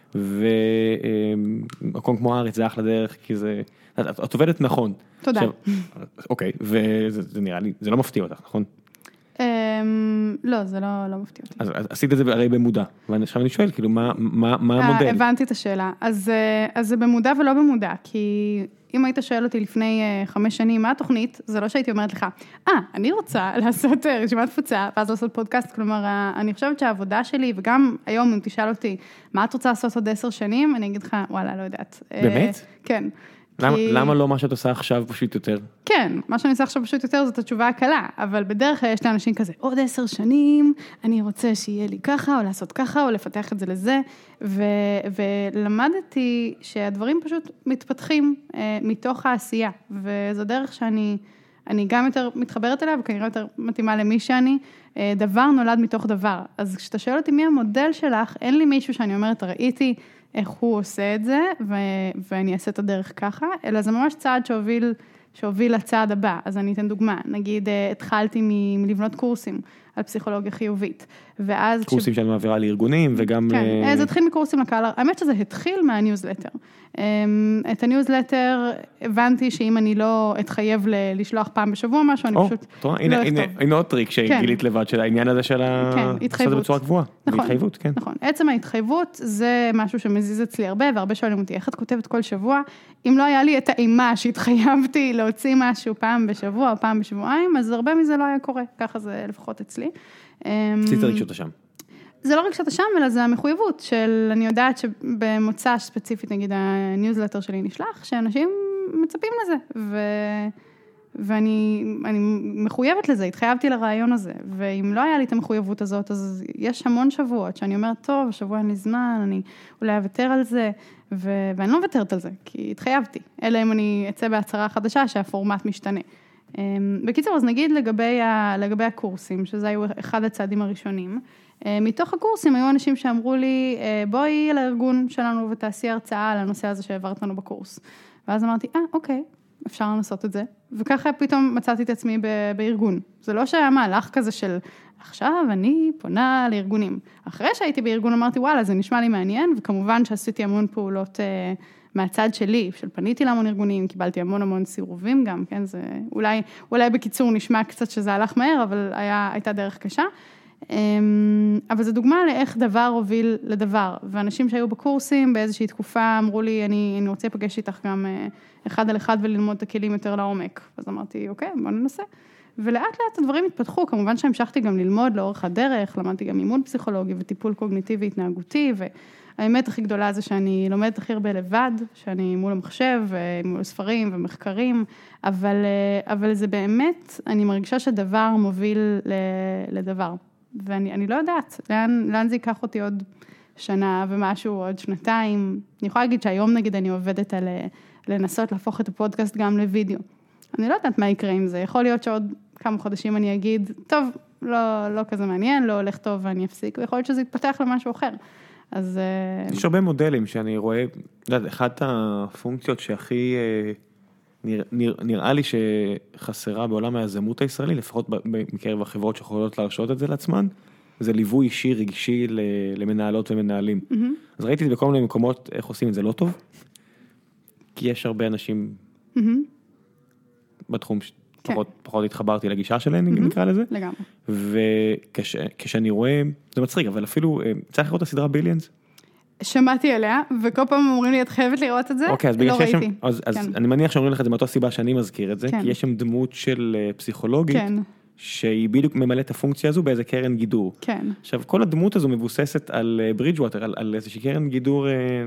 ומקום כמו הארץ זה אחלה דרך, כי זה, את עובדת נכון. תודה. אוקיי, וזה נראה לי, זה לא מפתיע אותך, נכון? לא, זה לא מפתיע אותי. אז עשית את זה הרי במודע, ועכשיו אני שואל, כאילו, מה המודל? הבנתי את השאלה. אז זה במודע ולא במודע, כי אם היית שואל אותי לפני חמש שנים, מה התוכנית? זה לא שהייתי אומרת לך, אה, אני רוצה לעשות רשימת תפוצה, ואז לעשות פודקאסט, כלומר, אני חושבת שהעבודה שלי, וגם היום אם תשאל אותי, מה את רוצה לעשות עוד עשר שנים? אני אגיד לך, וואלה, לא יודעת. באמת? כן. למה, כי... למה לא מה שאת עושה עכשיו פשוט יותר? כן, מה שאני עושה עכשיו פשוט יותר זאת התשובה הקלה, אבל בדרך כלל יש לאנשים כזה, עוד עשר שנים, אני רוצה שיהיה לי ככה, או לעשות ככה, או לפתח את זה לזה, ו... ולמדתי שהדברים פשוט מתפתחים אה, מתוך העשייה, וזו דרך שאני אני גם יותר מתחברת אליה, וכנראה יותר מתאימה למי שאני, אה, דבר נולד מתוך דבר. אז כשאתה שואל אותי מי המודל שלך, אין לי מישהו שאני אומרת, ראיתי, איך הוא עושה את זה, ו- ואני אעשה את הדרך ככה, אלא זה ממש צעד שהוביל שהוביל לצעד הבא. אז אני אתן דוגמה, נגיד התחלתי מלבנות קורסים על פסיכולוגיה חיובית, ואז... קורסים שאני מעבירה לארגונים וגם... כן, זה התחיל מקורסים לקהל, האמת שזה התחיל מהניוזלטר. את הניוזלטר הבנתי שאם אני לא אתחייב לשלוח פעם בשבוע משהו, אני פשוט לא אכתוב. הנה עוד טריק שגילית לבד של העניין הזה של לעשות בצורה קבועה. התחייבות, כן. נכון, עצם ההתחייבות זה משהו שמזיז אצלי הרבה, והרבה שואלים אותי, איך את כותבת כל שבוע? אם לא היה לי את האימה שהתחייבתי להוציא משהו פעם בשבוע או פעם בשבועיים, אז הרבה מזה לא היה קורה, ככה זה לפחות אצלי. עשית רגשות השם. זה לא רגשות השם, אלא זה המחויבות של, אני יודעת שבמוצא ספציפית, נגיד הניוזלטר שלי נשלח, שאנשים מצפים לזה, ו... ואני אני מחויבת לזה, התחייבתי לרעיון הזה, ואם לא היה לי את המחויבות הזאת, אז יש המון שבועות שאני אומרת, טוב, השבוע אין לי זמן, אני אולי אוותר על זה, ו... ואני לא מוותרת על זה, כי התחייבתי, אלא אם אני אצא בהצהרה חדשה שהפורמט משתנה. בקיצור, אז נגיד לגבי, ה... לגבי הקורסים, שזה היו אחד הצעדים הראשונים, מתוך הקורסים היו אנשים שאמרו לי, בואי לארגון שלנו ותעשי הרצאה על הנושא הזה שהעברת לנו בקורס. ואז אמרתי, אה, אוקיי, אפשר לנסות את זה. וככה פתאום מצאתי את עצמי בארגון. זה לא שהיה מהלך כזה של, עכשיו אני פונה לארגונים. אחרי שהייתי בארגון אמרתי, וואלה, זה נשמע לי מעניין, וכמובן שעשיתי המון פעולות מהצד שלי, של פניתי להמון ארגונים, קיבלתי המון המון סירובים גם, כן, זה אולי, אולי בקיצור נשמע קצת שזה הלך מהר, אבל היה, הייתה דרך קשה. אבל זו דוגמה לאיך דבר הוביל לדבר, ואנשים שהיו בקורסים באיזושהי תקופה אמרו לי, אני, אני רוצה לפגש איתך גם אחד על אחד וללמוד את הכלים יותר לעומק. אז אמרתי, אוקיי, בוא ננסה. ולאט לאט הדברים התפתחו, כמובן שהמשכתי גם ללמוד לאורך הדרך, למדתי גם אימון פסיכולוגי וטיפול קוגניטיבי התנהגותי, והאמת הכי גדולה זה שאני לומדת הכי הרבה לבד, שאני מול המחשב, מול ספרים ומחקרים, אבל, אבל זה באמת, אני מרגישה שדבר מוביל לדבר. ואני אני לא יודעת, לאן, לאן זה ייקח אותי עוד שנה ומשהו, עוד שנתיים. אני יכולה להגיד שהיום נגיד אני עובדת על לנסות להפוך את הפודקאסט גם לוידאו. אני לא יודעת מה יקרה עם זה, יכול להיות שעוד כמה חודשים אני אגיד, טוב, לא, לא כזה מעניין, לא הולך טוב ואני אפסיק, ויכול להיות שזה יתפתח למשהו אחר. אז... יש הרבה מודלים שאני רואה, אחת הפונקציות שהכי... נראה, נראה לי שחסרה בעולם היזמות הישראלי, לפחות מקרב החברות שיכולות להרשות את זה לעצמן, זה ליווי אישי רגשי למנהלות ומנהלים. Mm-hmm. אז ראיתי את זה בכל מיני מקומות, איך עושים את זה לא טוב, כי יש הרבה אנשים mm-hmm. בתחום שפחות כן. פחות התחברתי לגישה שלהם, mm-hmm. נקרא לזה. לגמרי. וכשאני רואה, זה מצחיק, אבל אפילו, צריך לראות את הסדרה ביליאנס? שמעתי עליה, וכל פעם אומרים לי, את חייבת לראות את זה, אוקיי, אז לא ראיתי. שם, אז, אז כן. אני מניח שאומרים לך את זה מאותה סיבה שאני מזכיר את זה, כן. כי יש שם דמות של פסיכולוגית, כן. שהיא בדיוק ממלאת את הפונקציה הזו באיזה קרן גידור. כן. עכשיו, כל הדמות הזו מבוססת על ברידג'ווטר, על, על איזושהי קרן גידור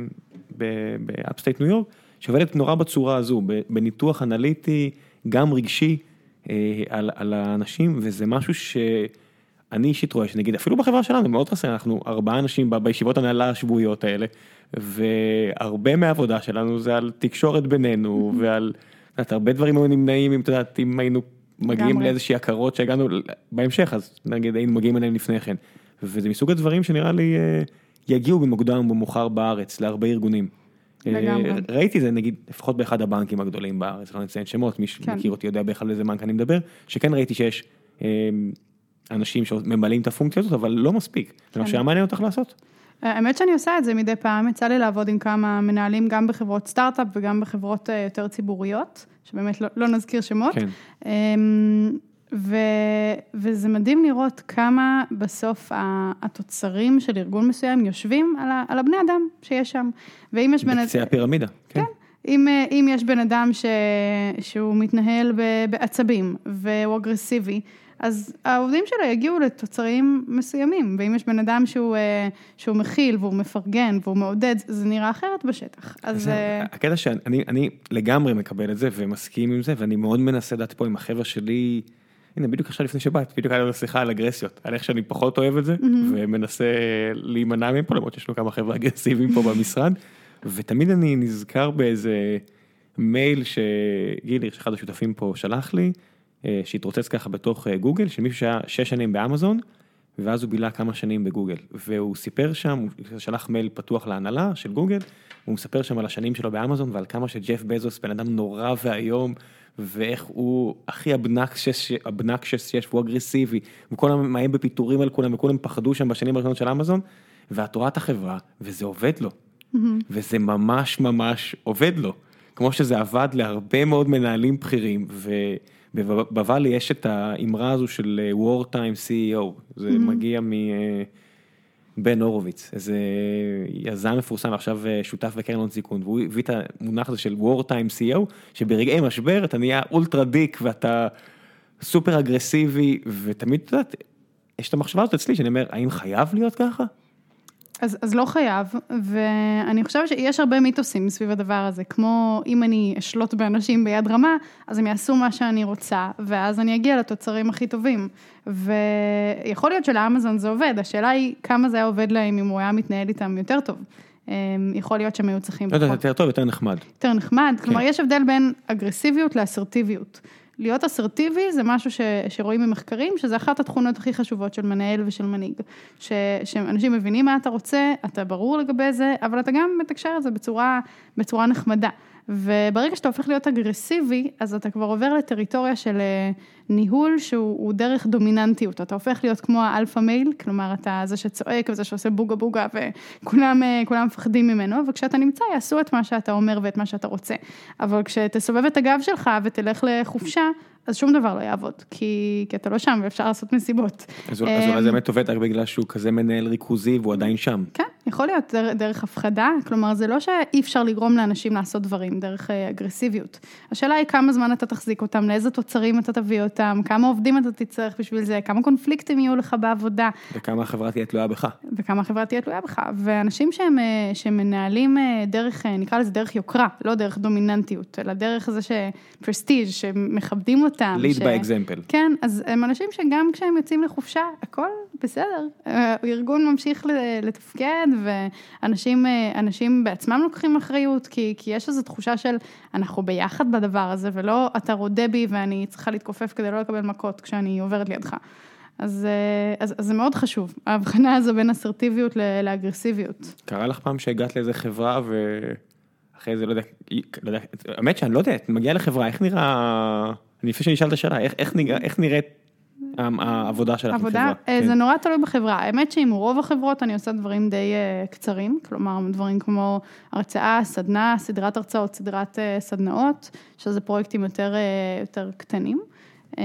באפסטייט ניו יורק, שעובדת נורא בצורה הזו, בניתוח אנליטי, גם רגשי, על, על האנשים, וזה משהו ש... אני אישית רואה שנגיד, אפילו בחברה שלנו, מאוד חסר, אנחנו ארבעה אנשים בישיבות הנהלה השבועיות האלה, והרבה מהעבודה שלנו זה על תקשורת בינינו, ועל, את יודעת, הרבה דברים היו נמנעים, אם, תדעת, אם היינו מגיעים לאיזושהי הכרות שהגענו בהמשך, אז נגיד, היינו מגיעים אליהם לפני כן. וזה מסוג הדברים שנראה לי, יגיעו במוקדם ובמאוחר בארץ, להרבה ארגונים. לגמרי. ראיתי זה, נגיד, לפחות באחד הבנקים הגדולים בארץ, לא נציין שמות, מי שמכיר אותי יודע באחד איזה בנק אני מדבר, שכן ראיתי שיש אנשים שממלאים את הפונקציה הזאת, אבל לא מספיק. זה מה שמעניין אותך לעשות? האמת שאני עושה את זה מדי פעם, יצא לי לעבוד עם כמה מנהלים, גם בחברות סטארט-אפ וגם בחברות יותר ציבוריות, שבאמת לא, לא נזכיר שמות. כן. ו, וזה מדהים לראות כמה בסוף התוצרים של ארגון מסוים יושבים על, ה, על הבני אדם שיש שם. ואם יש בן... בקצה הפירמידה. כן. כן. אם, אם יש בן אדם ש, שהוא מתנהל בעצבים והוא אגרסיבי, אז העובדים שלו יגיעו לתוצרים מסוימים, ואם יש בן אדם שהוא, שהוא מכיל והוא מפרגן והוא מעודד, זה נראה אחרת בשטח. אז הקטע שאני אני לגמרי מקבל את זה ומסכים עם זה, ואני מאוד מנסה לדעת פה עם החבר'ה שלי, הנה בדיוק עכשיו לפני שבאת, בדיוק היה לנו שיחה על אגרסיות, על איך שאני פחות אוהב את זה, ומנסה להימנע מהם פה, למרות שיש לו כמה חבר'ה אגרסיביים פה במשרד, ותמיד אני נזכר באיזה מייל שגילי, שאחד השותפים פה שלח לי, שהתרוצץ ככה בתוך גוגל, של מישהו שהיה שש שנים באמזון, ואז הוא בילה כמה שנים בגוגל, והוא סיפר שם, הוא שלח מייל פתוח להנהלה של גוגל, הוא מספר שם על השנים שלו באמזון, ועל כמה שג'ף בזוס בן אדם נורא והיום, ואיך הוא הכי אבנקשס שיש, והוא אגרסיבי, וכולם מהם בפיתורים על כולם, וכולם פחדו שם בשנים הראשונות של אמזון, ואת רואה את החברה, וזה עובד לו, וזה ממש ממש עובד לו, כמו שזה עבד להרבה מאוד מנהלים בכירים, ובוואלי יש את האמרה הזו של Wartime סי אי או, זה מגיע מבן הורוביץ, איזה יזם מפורסם, עכשיו שותף בקרן הון סיכון, והוא הביא את המונח הזה של Wartime סי אי או, שברגעי משבר אתה נהיה אולטרה דיק, ואתה סופר אגרסיבי, ותמיד, אתה יודעת, יש את המחשבה הזאת אצלי, שאני אומר, האם חייב להיות ככה? אז, אז לא חייב, ואני חושבת שיש הרבה מיתוסים סביב הדבר הזה, כמו אם אני אשלוט באנשים ביד רמה, אז הם יעשו מה שאני רוצה, ואז אני אגיע לתוצרים הכי טובים, ויכול להיות שלאמזון זה עובד, השאלה היא כמה זה היה עובד להם אם הוא היה מתנהל איתם יותר טוב, יכול להיות שהם היו צריכים פחות. יותר טוב, יותר נחמד. יותר נחמד, כלומר יש הבדל בין אגרסיביות לאסרטיביות. להיות אסרטיבי זה משהו ש, שרואים ממחקרים, שזה אחת התכונות הכי חשובות של מנהל ושל מנהיג, ש, שאנשים מבינים מה אתה רוצה, אתה ברור לגבי זה, אבל אתה גם מתקשר את זה בצורה, בצורה נחמדה. וברגע שאתה הופך להיות אגרסיבי, אז אתה כבר עובר לטריטוריה של ניהול שהוא דרך דומיננטיות, אתה הופך להיות כמו האלפא מייל, כלומר אתה זה שצועק וזה שעושה בוגה בוגה וכולם כולם מפחדים ממנו, וכשאתה נמצא יעשו את מה שאתה אומר ואת מה שאתה רוצה, אבל כשתסובב את הגב שלך ותלך לחופשה, אז שום דבר לא יעבוד, כי, כי אתה לא שם ואפשר לעשות מסיבות. אז אולי זה באמת עובד רק בגלל שהוא כזה מנהל ריכוזי והוא עדיין שם. כן, יכול להיות דרך הפחדה, כלומר זה לא שאי אפשר לגרום לאנשים לעשות דברים דרך אגרסיביות. השאלה היא כמה זמן אתה תחזיק אותם, לאיזה תוצרים אתה תביא אותם, כמה עובדים אתה תצטרך בשביל זה, כמה קונפליקטים יהיו לך בעבודה. וכמה החברה תהיה תלויה בך. וכמה החברה תהיה תלויה בך. ואנשים שהם, שמנהלים דרך, נקרא לזה דרך יוקרה, לא דרך דומיננטיות, אלא דרך זה שפרסטיג' שמכבדים אותם. lead by example. כן, אז הם אנשים שגם כשהם יוצאים לחופשה, הכל בסדר. הארגון ממשיך לתפקד, ואנשים אנשים בעצמם לוקחים אחריות, כי, כי יש איזו תחושה של אנחנו ביחד בדבר הזה, ולא אתה רודה בי ואני צריכה להתכופף כדי לא לקבל מכות כשאני עוברת לידך. אז, אז, אז זה מאוד חשוב, ההבחנה הזו בין אסרטיביות לאגרסיביות. קרה לך פעם שהגעת לאיזה חברה ואחרי זה, לא יודע, לא יודע, האמת שאני לא יודע, את מגיעה לחברה, איך נראה, אני לפני שאני אשאל את השאלה, איך, איך, נראה, איך נראית העבודה שלך עבודה, בחברה? זה כן. נורא תלוי בחברה, האמת שעם רוב החברות אני עושה דברים די uh, קצרים, כלומר דברים כמו הרצאה, סדנה, סדרת הרצאות, סדרת uh, סדנאות, שזה פרויקטים יותר, uh, יותר קטנים, um,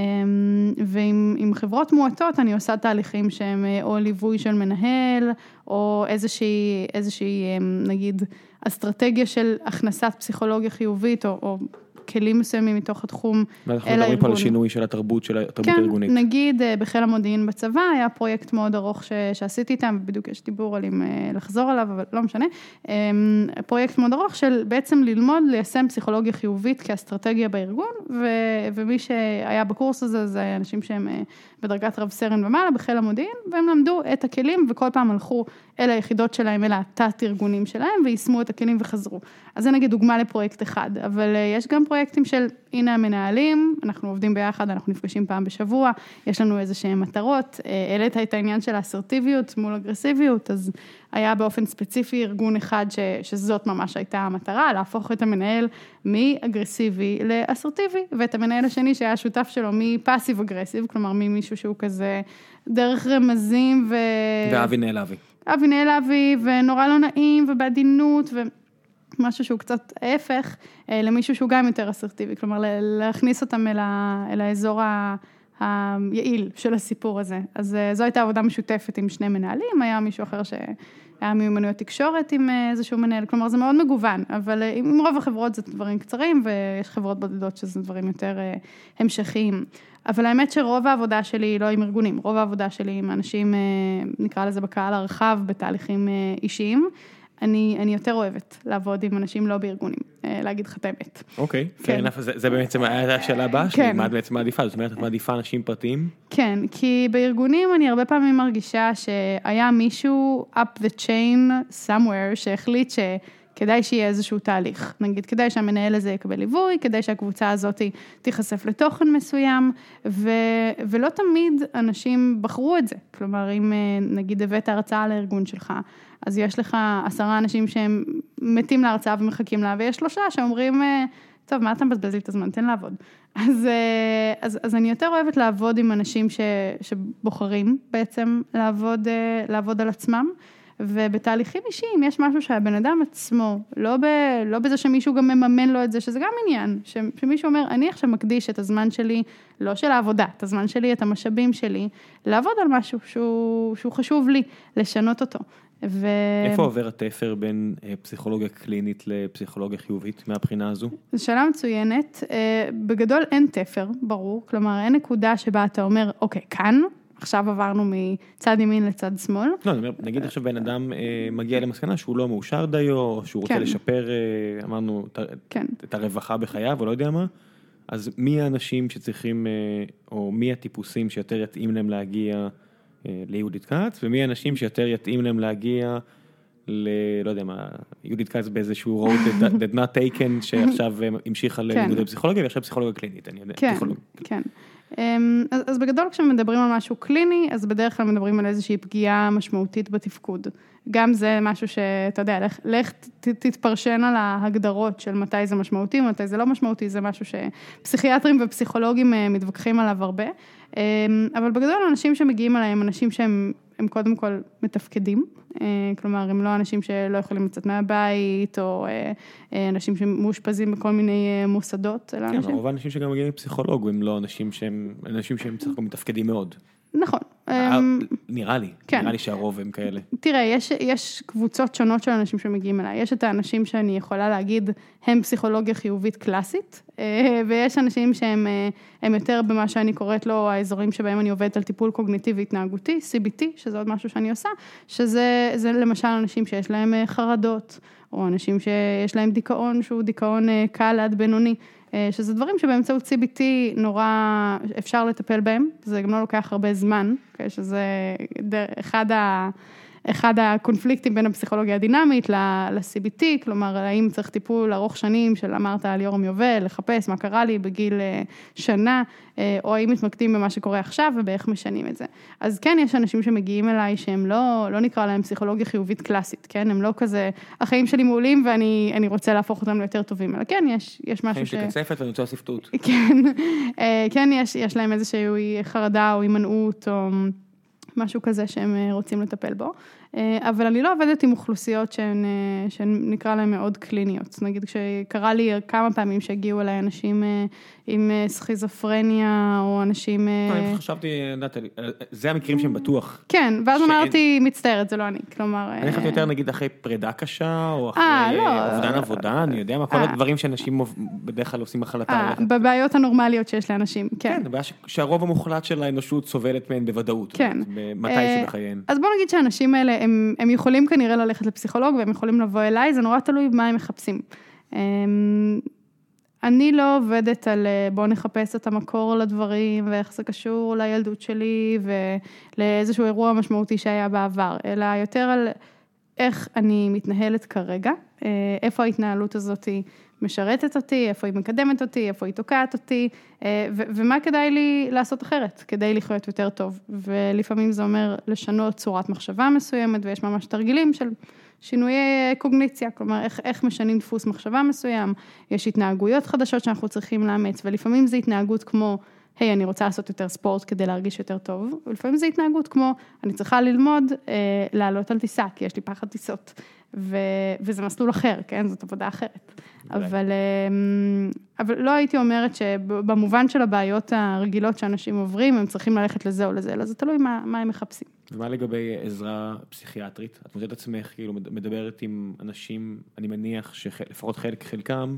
ועם עם חברות מועטות אני עושה תהליכים שהם uh, או ליווי של מנהל, או איזושהי, איזושהי um, נגיד אסטרטגיה של הכנסת פסיכולוגיה חיובית, או, או כלים מסוימים מתוך התחום אל הארגון. ואנחנו מדברים פה על שינוי של התרבות, של התרבות הארגונית. כן, נגיד בחיל המודיעין בצבא, היה פרויקט מאוד ארוך ש, שעשיתי איתם, ובדיוק יש דיבור על אם לחזור עליו, אבל לא משנה. פרויקט מאוד ארוך של בעצם ללמוד, ליישם פסיכולוגיה חיובית כאסטרטגיה בארגון, ו, ומי שהיה בקורס הזה, זה אנשים שהם בדרגת רב סרן ומעלה, בחיל המודיעין, והם למדו את הכלים, וכל פעם הלכו אל היחידות שלהם, אל התת ארגונים שלהם, ויישמו את הכלים וחזרו. אז זה נגיד דוגמה לפרויקט אחד, אבל יש גם פרויקטים של, הנה המנהלים, אנחנו עובדים ביחד, אנחנו נפגשים פעם בשבוע, יש לנו איזה שהן מטרות, העלית את העניין של האסרטיביות מול אגרסיביות, אז היה באופן ספציפי ארגון אחד ש, שזאת ממש הייתה המטרה, להפוך את המנהל מאגרסיבי לאסרטיבי, ואת המנהל השני שהיה שותף שלו מפאסיב אגרסיב, כלומר ממישהו שהוא כזה דרך רמזים ו... ואבי נעלבי. אבי נעלבי, ונורא לא נעים, ובעדינות, ומשהו שהוא קצת ההפך, למישהו שהוא גם יותר אסרטיבי, כלומר להכניס אותם אל, ה... אל האזור ה... היעיל של הסיפור הזה. אז זו הייתה עבודה משותפת עם שני מנהלים, היה מישהו אחר שהיה מיומנויות תקשורת עם איזשהו מנהל, כלומר זה מאוד מגוון, אבל עם רוב החברות זה דברים קצרים, ויש חברות בודדות שזה דברים יותר המשכיים. אבל האמת שרוב העבודה שלי היא לא עם ארגונים, רוב העבודה שלי עם אנשים, נקרא לזה בקהל הרחב, בתהליכים אישיים, אני, אני יותר אוהבת לעבוד עם אנשים לא בארגונים, להגיד לך את האמת. אוקיי, כן. זה, זה בעצם היה השאלה הבאה שלי, מה את בעצם מעדיפה? זאת אומרת, את מעדיפה אנשים פרטיים? כן, כי בארגונים אני הרבה פעמים מרגישה שהיה מישהו up the chain somewhere שהחליט ש... כדאי שיהיה איזשהו תהליך. נגיד, כדאי שהמנהל הזה יקבל ליווי, כדאי שהקבוצה הזאת תיחשף לתוכן מסוים, ו, ולא תמיד אנשים בחרו את זה. כלומר, אם נגיד הבאת הרצאה לארגון שלך, אז יש לך עשרה אנשים שהם מתים להרצאה ומחכים לה, ויש שלושה שאומרים, טוב, מה אתה מבזבז לי את הזמן? תן לעבוד. אז, אז, אז אני יותר אוהבת לעבוד עם אנשים ש, שבוחרים בעצם לעבוד, לעבוד על עצמם, ובתהליכים אישיים יש משהו שהבן אדם עצמו, לא, ב, לא בזה שמישהו גם מממן לו את זה, שזה גם עניין, ש, שמישהו אומר, אני עכשיו מקדיש את הזמן שלי, לא של העבודה, את הזמן שלי, את המשאבים שלי, לעבוד על משהו שהוא, שהוא חשוב לי, לשנות אותו. ו... איפה עובר התפר בין פסיכולוגיה קלינית לפסיכולוגיה חיובית מהבחינה הזו? זו שאלה מצוינת. בגדול אין תפר, ברור. כלומר, אין נקודה שבה אתה אומר, אוקיי, כאן, עכשיו עברנו מצד ימין לצד שמאל. לא, אני אומר, נגיד עכשיו בן אדם מגיע למסקנה שהוא לא מאושר דיו, או שהוא רוצה לשפר, אמרנו, את הרווחה בחייו, או לא יודע מה. אז מי האנשים שצריכים, או מי הטיפוסים שיותר יתאים להם להגיע ליהודית קץ, ומי האנשים שיותר יתאים להם להגיע ל... לא יודע מה, יהודית קץ באיזשהו road that not taken, שעכשיו המשיכה ללימודי פסיכולוגיה, ועכשיו פסיכולוגיה קלינית, אני יודע. כן, כן. אז, אז בגדול כשמדברים על משהו קליני, אז בדרך כלל מדברים על איזושהי פגיעה משמעותית בתפקוד. גם זה משהו שאתה יודע, לך, לך ת, תתפרשן על ההגדרות של מתי זה משמעותי, מתי זה לא משמעותי, זה משהו שפסיכיאטרים ופסיכולוגים מתווכחים עליו הרבה. אבל בגדול אנשים שמגיעים עליהם, אנשים שהם הם קודם כל מתפקדים, כלומר, הם לא אנשים שלא יכולים לצאת מהבית, או אנשים שמאושפזים בכל מיני מוסדות, אלא אנשים... כן, רוב האנשים שגם מגיעים לפסיכולוג, הם לא אנשים שהם, אנשים שהם צריך גם מתפקדים מאוד. נכון. נראה לי, נראה לי שהרוב הם כאלה. תראה, יש, יש קבוצות שונות של אנשים שמגיעים אליי. יש את האנשים שאני יכולה להגיד, הם פסיכולוגיה חיובית קלאסית, ויש אנשים שהם הם יותר במה שאני קוראת לו, האזורים שבהם אני עובדת על טיפול קוגניטיבי התנהגותי, סי בי טי, שזה עוד משהו שאני עושה, שזה זה למשל אנשים שיש להם חרדות, או אנשים שיש להם דיכאון, שהוא דיכאון קל עד בינוני, שזה דברים שבאמצעות סי בי טי נורא אפשר לטפל בהם, זה גם לא לוקח הרבה זמן, שזה אחד ה... אחד הקונפליקטים בין הפסיכולוגיה הדינמית ל-סי בי טי, כלומר, האם צריך טיפול ארוך שנים של אמרת על יורם יובל, לחפש מה קרה לי בגיל שנה, או האם מתמקדים במה שקורה עכשיו ובאיך משנים את זה. אז כן, יש אנשים שמגיעים אליי שהם לא, לא נקרא להם פסיכולוגיה חיובית קלאסית, כן? הם לא כזה, החיים שלי מעולים ואני אני רוצה להפוך אותם ליותר טובים, אלא כן, יש, יש משהו ש... חיים שקצפת ואני רוצה לספטות. כן, כן, יש, יש להם איזושהי חרדה או הימנעות או... משהו כזה שהם רוצים לטפל בו, אבל אני לא עובדת עם אוכלוסיות שהן, שהן נקרא להן מאוד קליניות. נגיד, כשקרה לי כמה פעמים שהגיעו אליי אנשים עם סכיזופרניה, או אנשים... אני חשבתי, זה המקרים שהם בטוח. כן, ואז אמרתי, מצטערת, זה לא אני, כלומר... אני חשבתי יותר, נגיד, אחרי פרידה קשה, או אחרי אובדן עבודה, אני יודע מה, כל הדברים שאנשים בדרך כלל עושים החלטה. בבעיות הנורמליות שיש לאנשים, כן. כן, הבעיה שהרוב המוחלט של האנושות סובלת מהן בוודאות. כן. מתי שבחייהם. אז בוא נגיד שהאנשים האלה, הם, הם יכולים כנראה ללכת לפסיכולוג, והם יכולים לבוא אליי, זה נורא תלוי מה הם מחפשים. אני לא עובדת על בוא נחפש את המקור לדברים, ואיך זה קשור לילדות שלי, ולאיזשהו אירוע משמעותי שהיה בעבר, אלא יותר על איך אני מתנהלת כרגע, איפה ההתנהלות הזאת משרתת אותי, איפה היא מקדמת אותי, איפה היא תוקעת אותי, ו- ומה כדאי לי לעשות אחרת, כדי לחיות יותר טוב. ולפעמים זה אומר לשנות צורת מחשבה מסוימת, ויש ממש תרגילים של שינויי קוגניציה, כלומר, איך, איך משנים דפוס מחשבה מסוים, יש התנהגויות חדשות שאנחנו צריכים לאמץ, ולפעמים זה התנהגות כמו, היי, אני רוצה לעשות יותר ספורט כדי להרגיש יותר טוב, ולפעמים זה התנהגות כמו, אני צריכה ללמוד, אה, לעלות על טיסה, כי יש לי פחד טיסות, ו, וזה מסלול אחר, כן? זאת עבודה אחרת. אבל, אבל לא הייתי אומרת שבמובן של הבעיות הרגילות שאנשים עוברים, הם צריכים ללכת לזה או לזה, אלא זה תלוי מה, מה הם מחפשים. ומה לגבי עזרה פסיכיאטרית? את מוצאת עצמך, כאילו, מדברת עם אנשים, אני מניח שלפחות חלק, חלקם,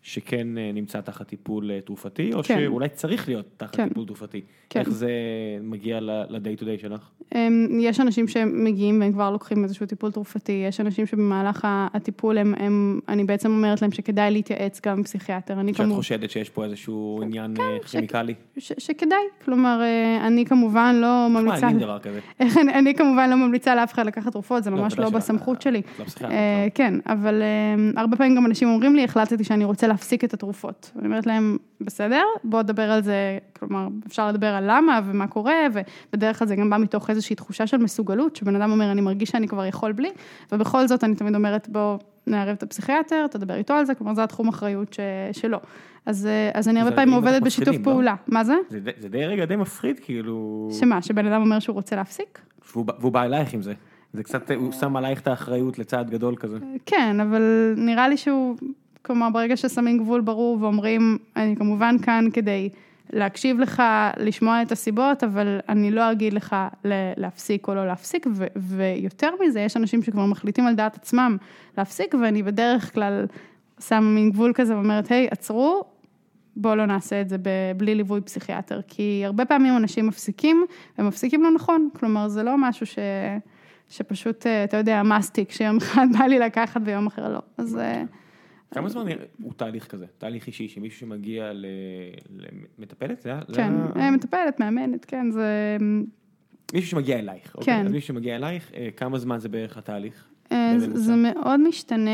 שכן נמצא תחת טיפול תרופתי, או שאולי צריך להיות תחת טיפול תרופתי. איך זה מגיע ל-day to day שלך? יש אנשים שמגיעים והם כבר לוקחים איזשהו טיפול תרופתי, יש אנשים שבמהלך הטיפול הם, אני בעצם אומרת להם שכדאי להתייעץ גם עם פסיכיאטר. שאת חושדת שיש פה איזשהו עניין כימיקלי? שכדאי, כלומר, אני כמובן לא ממליצה... מה, אין דבר כזה? אני כמובן לא ממליצה לאף אחד לקחת תרופות, זה ממש לא בסמכות שלי. כן, אבל הרבה פעמים גם אנשים אומרים לי, החלטתי שאני רוצה להפסיק את התרופות. אני אומרת להם, בסדר, בוא נדבר על זה, כלומר, אפשר לדבר על למה ומה קורה, ובדרך כלל זה גם בא מתוך איזושהי תחושה של מסוגלות, שבן אדם אומר, אני מרגיש שאני כבר יכול בלי, ובכל זאת אני תמיד אומרת, בוא נערב את הפסיכיאטר, תדבר איתו על זה, כלומר, זה התחום אחריות שלו. אז, אז אני הרבה פעמים עובדת בשיתוף פעולה. מה זה? זה די רגע די מפחיד, כאילו... שמה, שבן אדם אומר שהוא רוצה להפסיק? והוא בא אלייך עם זה. זה קצת, הוא שם עלייך את האחריות לצעד גדול כזה. כן, אבל נראה לי שהוא, כלומר, ברגע ששמים גבול ברור ואומרים, אני כמובן כאן כדי להקשיב לך, לשמוע את הסיבות, אבל אני לא אגיד לך להפסיק או לא להפסיק, ו- ויותר מזה, יש אנשים שכבר מחליטים על דעת עצמם להפסיק, ואני בדרך כלל שם מין גבול כזה ואומרת, היי, עצרו, בואו לא נעשה את זה בלי ליווי פסיכיאטר, כי הרבה פעמים אנשים מפסיקים, והם מפסיקים לא נכון, כלומר, זה לא משהו ש... שפשוט, אתה יודע, מסטיק, שיום אחד בא לי לקחת ויום אחר לא. אז... כמה זמן הוא תהליך כזה? תהליך אישי, שמישהו שמגיע למטפלת? כן, מטפלת, מאמנת, כן, זה... מישהו שמגיע אלייך, אוקיי? אז מישהו שמגיע אלייך, כמה זמן זה בערך התהליך? זה מאוד משתנה.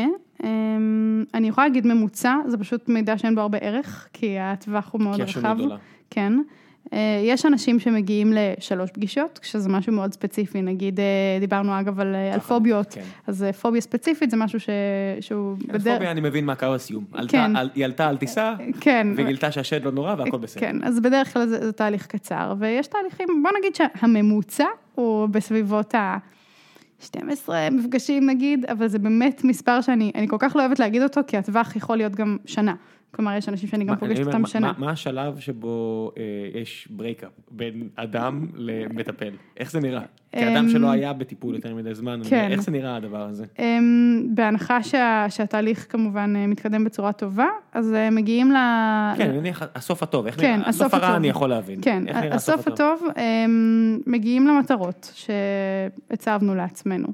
אני יכולה להגיד ממוצע, זה פשוט מידע שאין בו הרבה ערך, כי הטווח הוא מאוד רחב. כן. יש אנשים שמגיעים לשלוש פגישות, כשזה משהו מאוד ספציפי, נגיד, דיברנו אגב על, על פוביות, כן. אז פוביה ספציפית זה משהו ש... שהוא... בדרך... פוביה אני מבין מה קרה בסיום, כן. עלתה, היא עלתה על טיסה, כן. וגילתה שהשד לא נורא והכל בסדר. כן, אז בדרך כלל זה, זה תהליך קצר, ויש תהליכים, בוא נגיד שהממוצע הוא בסביבות ה-שתים עשרה מפגשים נגיד, אבל זה באמת מספר שאני אני כל כך לא אוהבת להגיד אותו, כי הטווח יכול להיות גם שנה. כלומר, יש אנשים שאני גם פוגשת אותם שנה. מה השלב שבו יש ברייקאפ בין אדם למטפל? איך זה נראה? כאדם שלא היה בטיפול יותר מדי זמן, איך זה נראה הדבר הזה? בהנחה שהתהליך כמובן מתקדם בצורה טובה, אז מגיעים ל... כן, אני נניח, הסוף הטוב, איך נראה? הסוף הרע אני יכול להבין. כן, הסוף הטוב, מגיעים למטרות שהצבנו לעצמנו.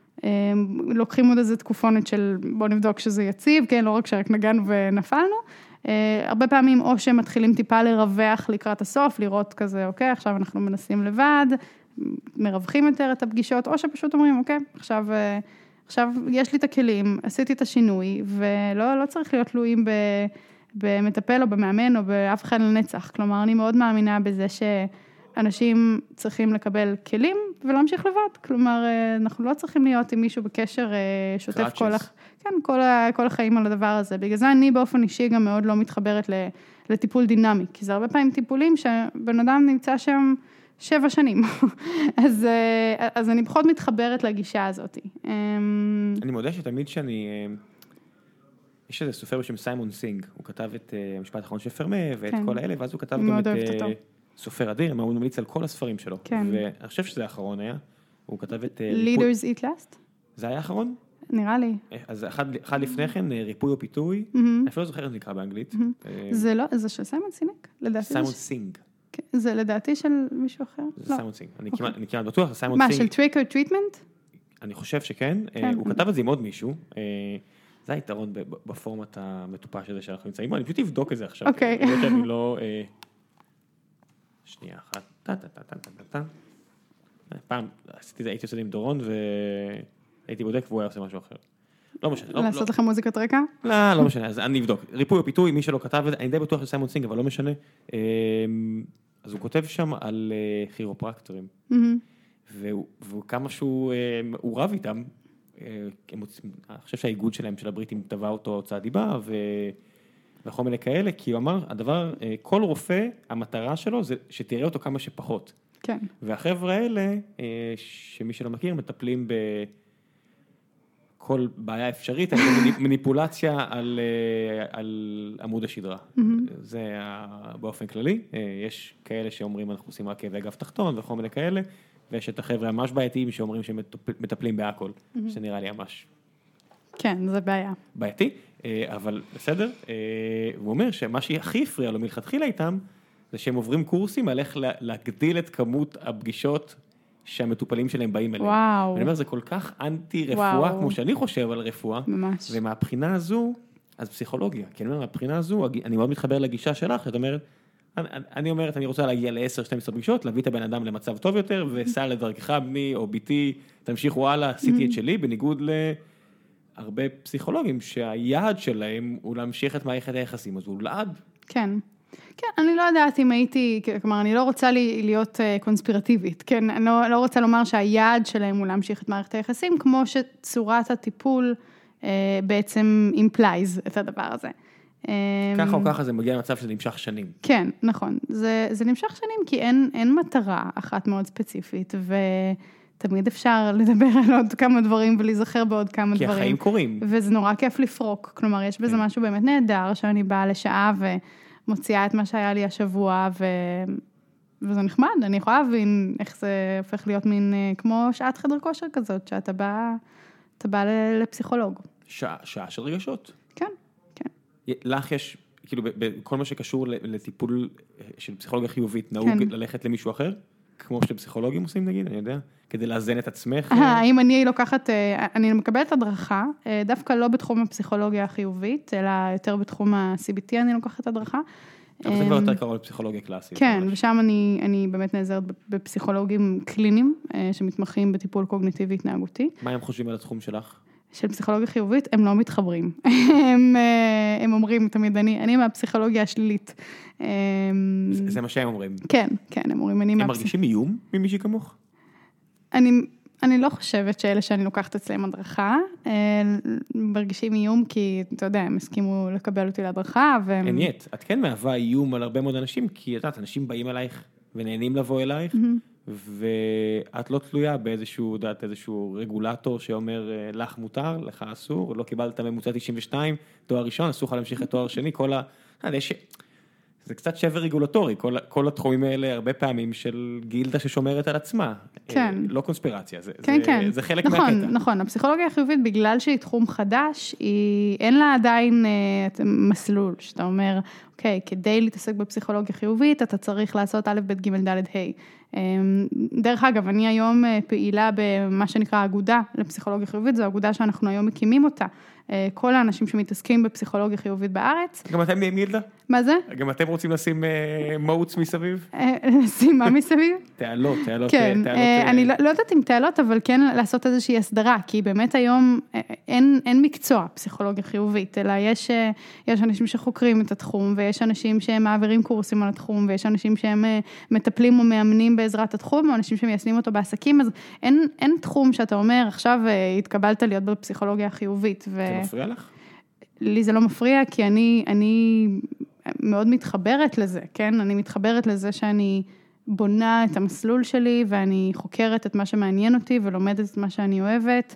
לוקחים עוד איזה תקופונת של בוא נבדוק שזה יציב, כן, לא רק שרק נגענו ונפלנו, הרבה פעמים או שמתחילים טיפה לרווח לקראת הסוף, לראות כזה, אוקיי, עכשיו אנחנו מנסים לבד, מרווחים יותר את הפגישות, או שפשוט אומרים, אוקיי, עכשיו, עכשיו יש לי את הכלים, עשיתי את השינוי, ולא לא צריך להיות תלויים במטפל או במאמן או באף אחד לנצח, כלומר, אני מאוד מאמינה בזה ש... אנשים צריכים לקבל כלים ולהמשיך לבד, כלומר, אנחנו לא צריכים להיות עם מישהו בקשר שוטף כל, הח... כן, כל, ה... כל החיים על הדבר הזה, בגלל זה אני באופן אישי גם מאוד לא מתחברת לטיפול דינמי, כי זה הרבה פעמים טיפולים שבן אדם נמצא שם שבע שנים, אז, אז אני פחות מתחברת לגישה הזאת. אני מודה שתמיד שאני, יש איזה סופר בשם סיימון סינג, הוא כתב את המשפט האחרון של פרמה ואת כן. כל האלה, ואז הוא כתב גם את... סופר אדיר, הוא ממליץ על כל הספרים שלו. כן. ואני חושב שזה האחרון היה. הוא כתב את... Leaders Eat Last? זה היה האחרון? נראה לי. אז אחד, אחד לפני כן, ריפוי או פיתוי. Mm-hmm. אני אפילו לא זוכר איך זה נקרא באנגלית. Mm-hmm. זה לא, זה של סיימון סינק? סיימון סינג. זה לדעתי של מישהו אחר? זה סיימון סינג. אני כמעט, אני כמעט בטוח, סיימון סינג. מה, של Trick or Treatment? אני חושב שכן. הוא כתב את זה עם עוד מישהו. זה היתרון בפורמט המטופש הזה שאנחנו נמצאים בו. אני פשוט אבדוק את זה עכשיו. אוקיי. אני לא... שנייה אחת, טה, טה, טה, טה, טה, טה. פעם עשיתי זה, הייתי עושה עם דורון, והייתי בודק, והוא היה עושה משהו אחר. לא משנה. לעשות לך מוזיקת רקע? לא, לא משנה, אז אני אבדוק. ריפוי או פיתוי, מי שלא כתב את זה, אני די בטוח שסיימון סינג, אבל לא משנה. אז הוא כותב שם על כירופרקטורים, והוא כמה שהוא רב איתם, אני חושב שהאיגוד שלהם, של הבריטים, טבע אותו הוצאה דיבה, ו... וכל מיני כאלה, כי הוא אמר, הדבר, כל רופא, המטרה שלו זה שתראה אותו כמה שפחות. כן. והחבר'ה האלה, שמי שלא מכיר, מטפלים בכל בעיה אפשרית, מניפולציה על, על עמוד השדרה. Mm-hmm. זה באופן כללי. יש כאלה שאומרים, אנחנו עושים רק כאבי גב תחתון, וכל מיני כאלה, ויש את החבר'ה ממש בעייתיים שאומרים שהם מטפלים בהכל, mm-hmm. שזה נראה לי ממש. כן, זה בעיה. בעייתי, אבל בסדר. הוא אומר שמה שהכי הפריע לו מלכתחילה איתם, זה שהם עוברים קורסים על איך להגדיל את כמות הפגישות שהמטופלים שלהם באים אליהם. וואו. ואני אומר, זה כל כך אנטי רפואה, כמו שאני חושב על רפואה. ממש. ומהבחינה הזו, אז פסיכולוגיה. כי אני אומר, מהבחינה הזו, אני מאוד מתחבר לגישה שלך, זאת אומרת, אני אומרת, אני רוצה להגיע ל-עשר שתים עשרה פגישות, להביא את הבן אדם למצב טוב יותר, וסע לדרכך, בני או ביתי, תמשיכו הלאה, עשיתי את שלי, בניגוד להרבה פסיכולוגים, שהיעד שלהם הוא להמשיך את מערכת היחסים, אז הוא לעד. כן. כן, אני לא יודעת אם הייתי, כלומר, אני לא רוצה להיות קונספירטיבית, כן, אני לא, לא רוצה לומר שהיעד שלהם הוא להמשיך את מערכת היחסים, כמו שצורת הטיפול בעצם implies את הדבר הזה. ככה או ככה זה מגיע למצב שזה נמשך שנים. כן, נכון. זה, זה נמשך שנים כי אין, אין מטרה אחת מאוד ספציפית, ותמיד אפשר לדבר על עוד כמה דברים ולהיזכר בעוד כמה כי דברים. כי החיים קורים. וזה נורא כיף לפרוק. כלומר, יש בזה משהו באמת נהדר, שאני באה לשעה ומוציאה את מה שהיה לי השבוע, ו... וזה נחמד. אני יכולה להבין איך זה הופך להיות מין כמו שעת חדר כושר כזאת, שאתה בא, אתה בא לפסיכולוג. שעה, שעה של רגשות. כן. לך יש, כאילו, בכל מה שקשור לטיפול של פסיכולוגיה חיובית, נהוג כן. ללכת למישהו אחר? כמו שפסיכולוגים עושים, נגיד, אני יודע, כדי לאזן את עצמך? האם אני לוקחת, אני מקבלת הדרכה, דווקא לא בתחום הפסיכולוגיה החיובית, אלא יותר בתחום ה-סי בי טי אני לוקחת הדרכה. אבל זה כבר יותר קרוב לפסיכולוגיה קלאסית. כן, ושם אני, אני באמת נעזרת בפסיכולוגים קליניים, שמתמחים בטיפול קוגניטיבי התנהגותי. מה הם חושבים על התחום שלך? של פסיכולוגיה חיובית, הם לא מתחברים. הם, הם אומרים תמיד, אני, אני מהפסיכולוגיה השלילית. זה, זה מה שהם אומרים. כן, כן, הם אומרים, אני הם מהפסיכ... מרגישים איום ממישהי כמוך? אני, אני לא חושבת שאלה שאני לוקחת אצלם הדרכה, מרגישים איום כי, אתה יודע, הם הסכימו לקבל אותי להדרכה, והם... אין ית, את כן מהווה איום על הרבה מאוד אנשים, כי את יודעת, אנשים באים אלייך ונהנים לבוא אלייך, ואת לא תלויה באיזשהו, דעת, איזשהו רגולטור שאומר, לך מותר, לך אסור, לא קיבלת ממוצע תשעים ושתיים, תואר ראשון, אסור לך להמשיך לתואר שני, כל ה... יש... זה קצת שבר רגולטורי, כל, כל התחומים האלה הרבה פעמים של גילדה ששומרת על עצמה. כן. לא קונספירציה, זה, כן, זה, כן. זה חלק נכון, מהקטע. נכון, הפסיכולוגיה החיובית, בגלל שהיא תחום חדש, היא, אין לה עדיין אה, מסלול, שאתה אומר, אוקיי, כדי להתעסק בפסיכולוגיה חיובית, אתה צריך לעשות א', ב', ג', ד', ה'. דרך אגב, אני היום פעילה במה שנקרא אגודה לפסיכולוגיה חיובית, זו אגודה שאנחנו היום מקימים אותה. כל האנשים שמתעסקים בפסיכולוגיה חיובית בארץ. גם אתם נהיים גילדה? מה זה? גם אתם רוצים לשים מוץ מסביב? לשים מה מסביב? תעלות, תעלות. כן, אני לא יודעת אם תעלות, אבל כן לעשות איזושהי הסדרה, כי באמת היום אין מקצוע פסיכולוגיה חיובית, אלא יש אנשים שחוקרים את התחום, ויש אנשים שהם מעבירים קורסים על התחום, ויש אנשים שהם מטפלים או מאמנים בעזרת התחום, או אנשים שמיישמים אותו בעסקים, אז אין, אין תחום שאתה אומר, עכשיו התקבלת להיות בפסיכולוגיה החיובית. ו... זה מפריע לך? לי זה לא מפריע, כי אני, אני מאוד מתחברת לזה, כן? אני מתחברת לזה שאני בונה את המסלול שלי, ואני חוקרת את מה שמעניין אותי, ולומדת את מה שאני אוהבת.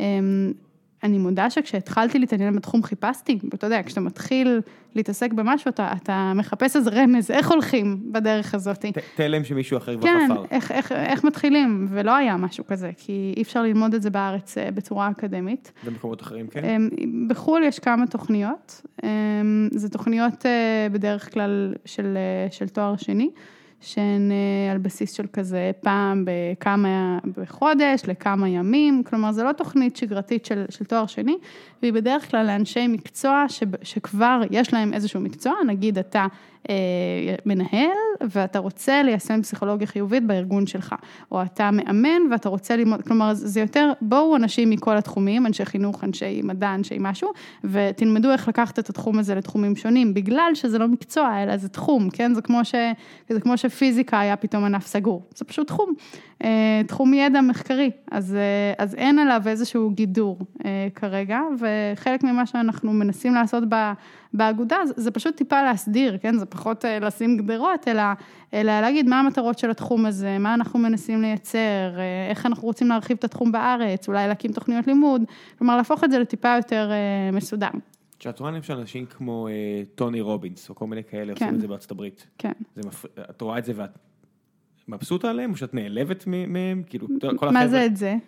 אני מודה שכשהתחלתי להתעניין בתחום חיפשתי, ואתה יודע, כשאתה מתחיל להתעסק במשהו, אתה, אתה מחפש איזה רמז, איך הולכים בדרך הזאת. תלם שמישהו אחר כבר כן, חפר. איך, איך, איך מתחילים, ולא היה משהו כזה, כי אי אפשר ללמוד את זה בארץ בצורה אקדמית. במקומות אחרים, כן? בחול יש כמה תוכניות, זה תוכניות בדרך כלל של, של תואר שני, שהן על בסיס של כזה פעם בכמה, בחודש, לכמה ימים, כלומר, זו לא תוכנית שגרתית של, של תואר שני, והיא בדרך כלל לאנשי מקצוע ש, שכבר יש להם איזשהו מקצוע, נגיד אתה אה, מנהל, ואתה רוצה ליישם פסיכולוגיה חיובית בארגון שלך, או אתה מאמן ואתה רוצה ללמוד, כלומר, זה יותר, בואו אנשים מכל התחומים, אנשי חינוך, אנשי מדע, אנשי משהו, ותלמדו איך לקחת את התחום הזה לתחומים שונים, בגלל שזה לא מקצוע, אלא זה תחום, כן? זה כמו ש, זה כמו שפיזיקה היה פתאום ענף סגור, זה פשוט תחום, אה, תחום ידע מחקרי, אז, אה, אז אין עליו איזשהו גידור אה, כרגע, וחלק ממה שאנחנו מנסים לעשות באגודה, זה, זה פשוט טיפה להסדיר, כן? זה פחות אה, לשים גדרות, אלא, אלא להגיד מה המטרות של התחום הזה, מה אנחנו מנסים לייצר, אה, איך אנחנו רוצים להרחיב את התחום בארץ, אולי להקים תוכניות לימוד, כלומר להפוך את זה לטיפה יותר אה, מסודר. שאת רואה למשל אנשים כמו אה, טוני רובינס, או כל מיני כאלה, כן. עושים את זה בארצות הברית. כן. זה מפ... את רואה את זה ואת מבסוטה עליהם, או שאת נעלבת מהם? כאילו, כל מה החבר'ה... זה את זה?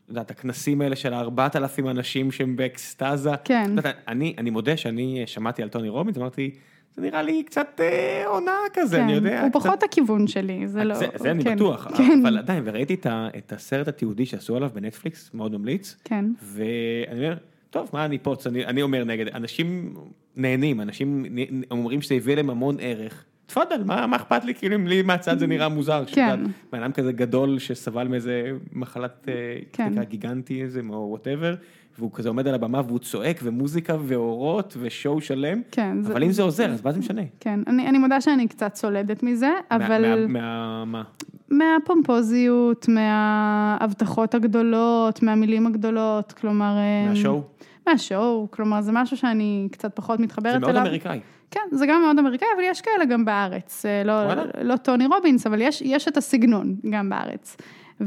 יודעת, הכנסים האלה של ארבעת אלפים אנשים שהם באקסטאזה. כן. יודעת, אני, אני מודה שאני שמעתי על טוני רובינס, אמרתי, זה נראה לי קצת אה, עונה כזה, כן. אני יודע. הוא קצת... פחות הכיוון שלי, זה לא... זה, זה אני כן. בטוח, כן. אבל עדיין, וראיתי את, ה, את הסרט התיעודי שעשו עליו בנטפליקס, מאוד ממליץ. כן. ואני אומר, טוב, מה אני פה, אני, אני אומר נגד, אנשים נהנים, אנשים אומרים שזה הביא להם המון ערך. תפדל, מה, מה אכפת לי? כאילו, לי מהצד זה נראה מוזר. כן. בן כזה גדול שסבל מאיזה מחלת כן. גיגנטי איזה, או whatever, והוא כזה עומד על הבמה והוא צועק, ומוזיקה ואורות ושואו שלם. כן. אבל זה... אם זה עוזר, אז מה זה משנה? כן. אני, אני מודה שאני קצת סולדת מזה, אבל... מה, מה, מה? מהפומפוזיות, מההבטחות הגדולות, מהמילים הגדולות, כלומר... מהשואו? מהשואו, כלומר, זה משהו שאני קצת פחות מתחברת אליו. זה מאוד אמריקאי. כן, זה גם מאוד אמריקאי, אבל יש כאלה גם בארץ. לא, לא טוני רובינס, אבל יש, יש את הסגנון גם בארץ.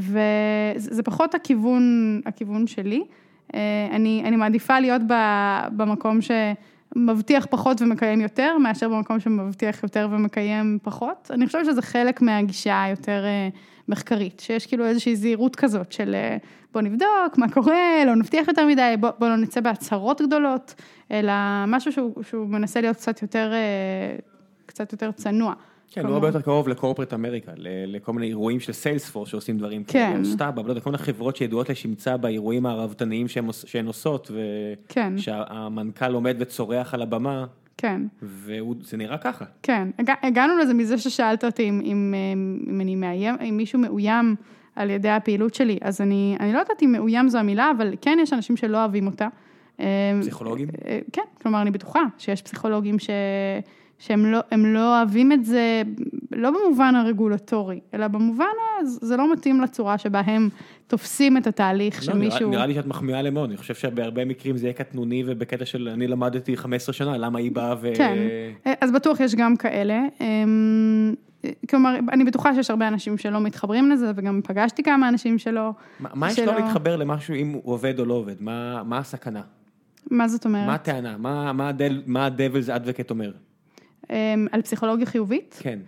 וזה פחות הכיוון, הכיוון שלי. אני, אני מעדיפה להיות במקום שמבטיח פחות ומקיים יותר, מאשר במקום שמבטיח יותר ומקיים פחות. אני חושבת שזה חלק מהגישה היותר מחקרית, שיש כאילו איזושהי זהירות כזאת של בוא נבדוק מה קורה, לא נבטיח יותר מדי, בוא, בוא לא נצא בהצהרות גדולות, אלא משהו שהוא, שהוא מנסה להיות קצת יותר, קצת יותר צנוע. כן, הוא הרבה יותר קרוב לקורפרט אמריקה, לכל מיני אירועים של סיילספורס שעושים דברים כאלה, סטארט-אפ, לא יודע, כל מיני חברות שידועות לשמצה באירועים הערבתניים שהן עושות, ושהמנכ"ל עומד וצורח על הבמה, כן. וזה נראה ככה. כן, הגענו לזה מזה ששאלת אותי אם, אם, אם אני מאיים, אם מישהו מאוים על ידי הפעילות שלי, אז אני, אני לא יודעת אם מאוים זו המילה, אבל כן יש אנשים שלא אוהבים אותה. פסיכולוגים? כן, כלומר אני בטוחה שיש פסיכולוגים ש... שהם לא, הם לא אוהבים את זה, לא במובן הרגולטורי, אלא במובן, זה לא מתאים לצורה שבה הם תופסים את התהליך של מישהו. נראה לי שאת מחמיאה למון, אני חושב שבהרבה מקרים זה יהיה קטנוני, ובקטע של אני למדתי חמש עשרה שנה, למה היא באה ו... כן, אז בטוח יש גם כאלה. כלומר, אני בטוחה שיש הרבה אנשים שלא מתחברים לזה, וגם פגשתי כמה אנשים שלא... מה יש לו להתחבר למשהו אם הוא עובד או לא עובד? מה הסכנה? מה זאת אומרת? מה הטענה? מה ה-Devil's Advocate אומר? על פסיכולוגיה חיובית? כן.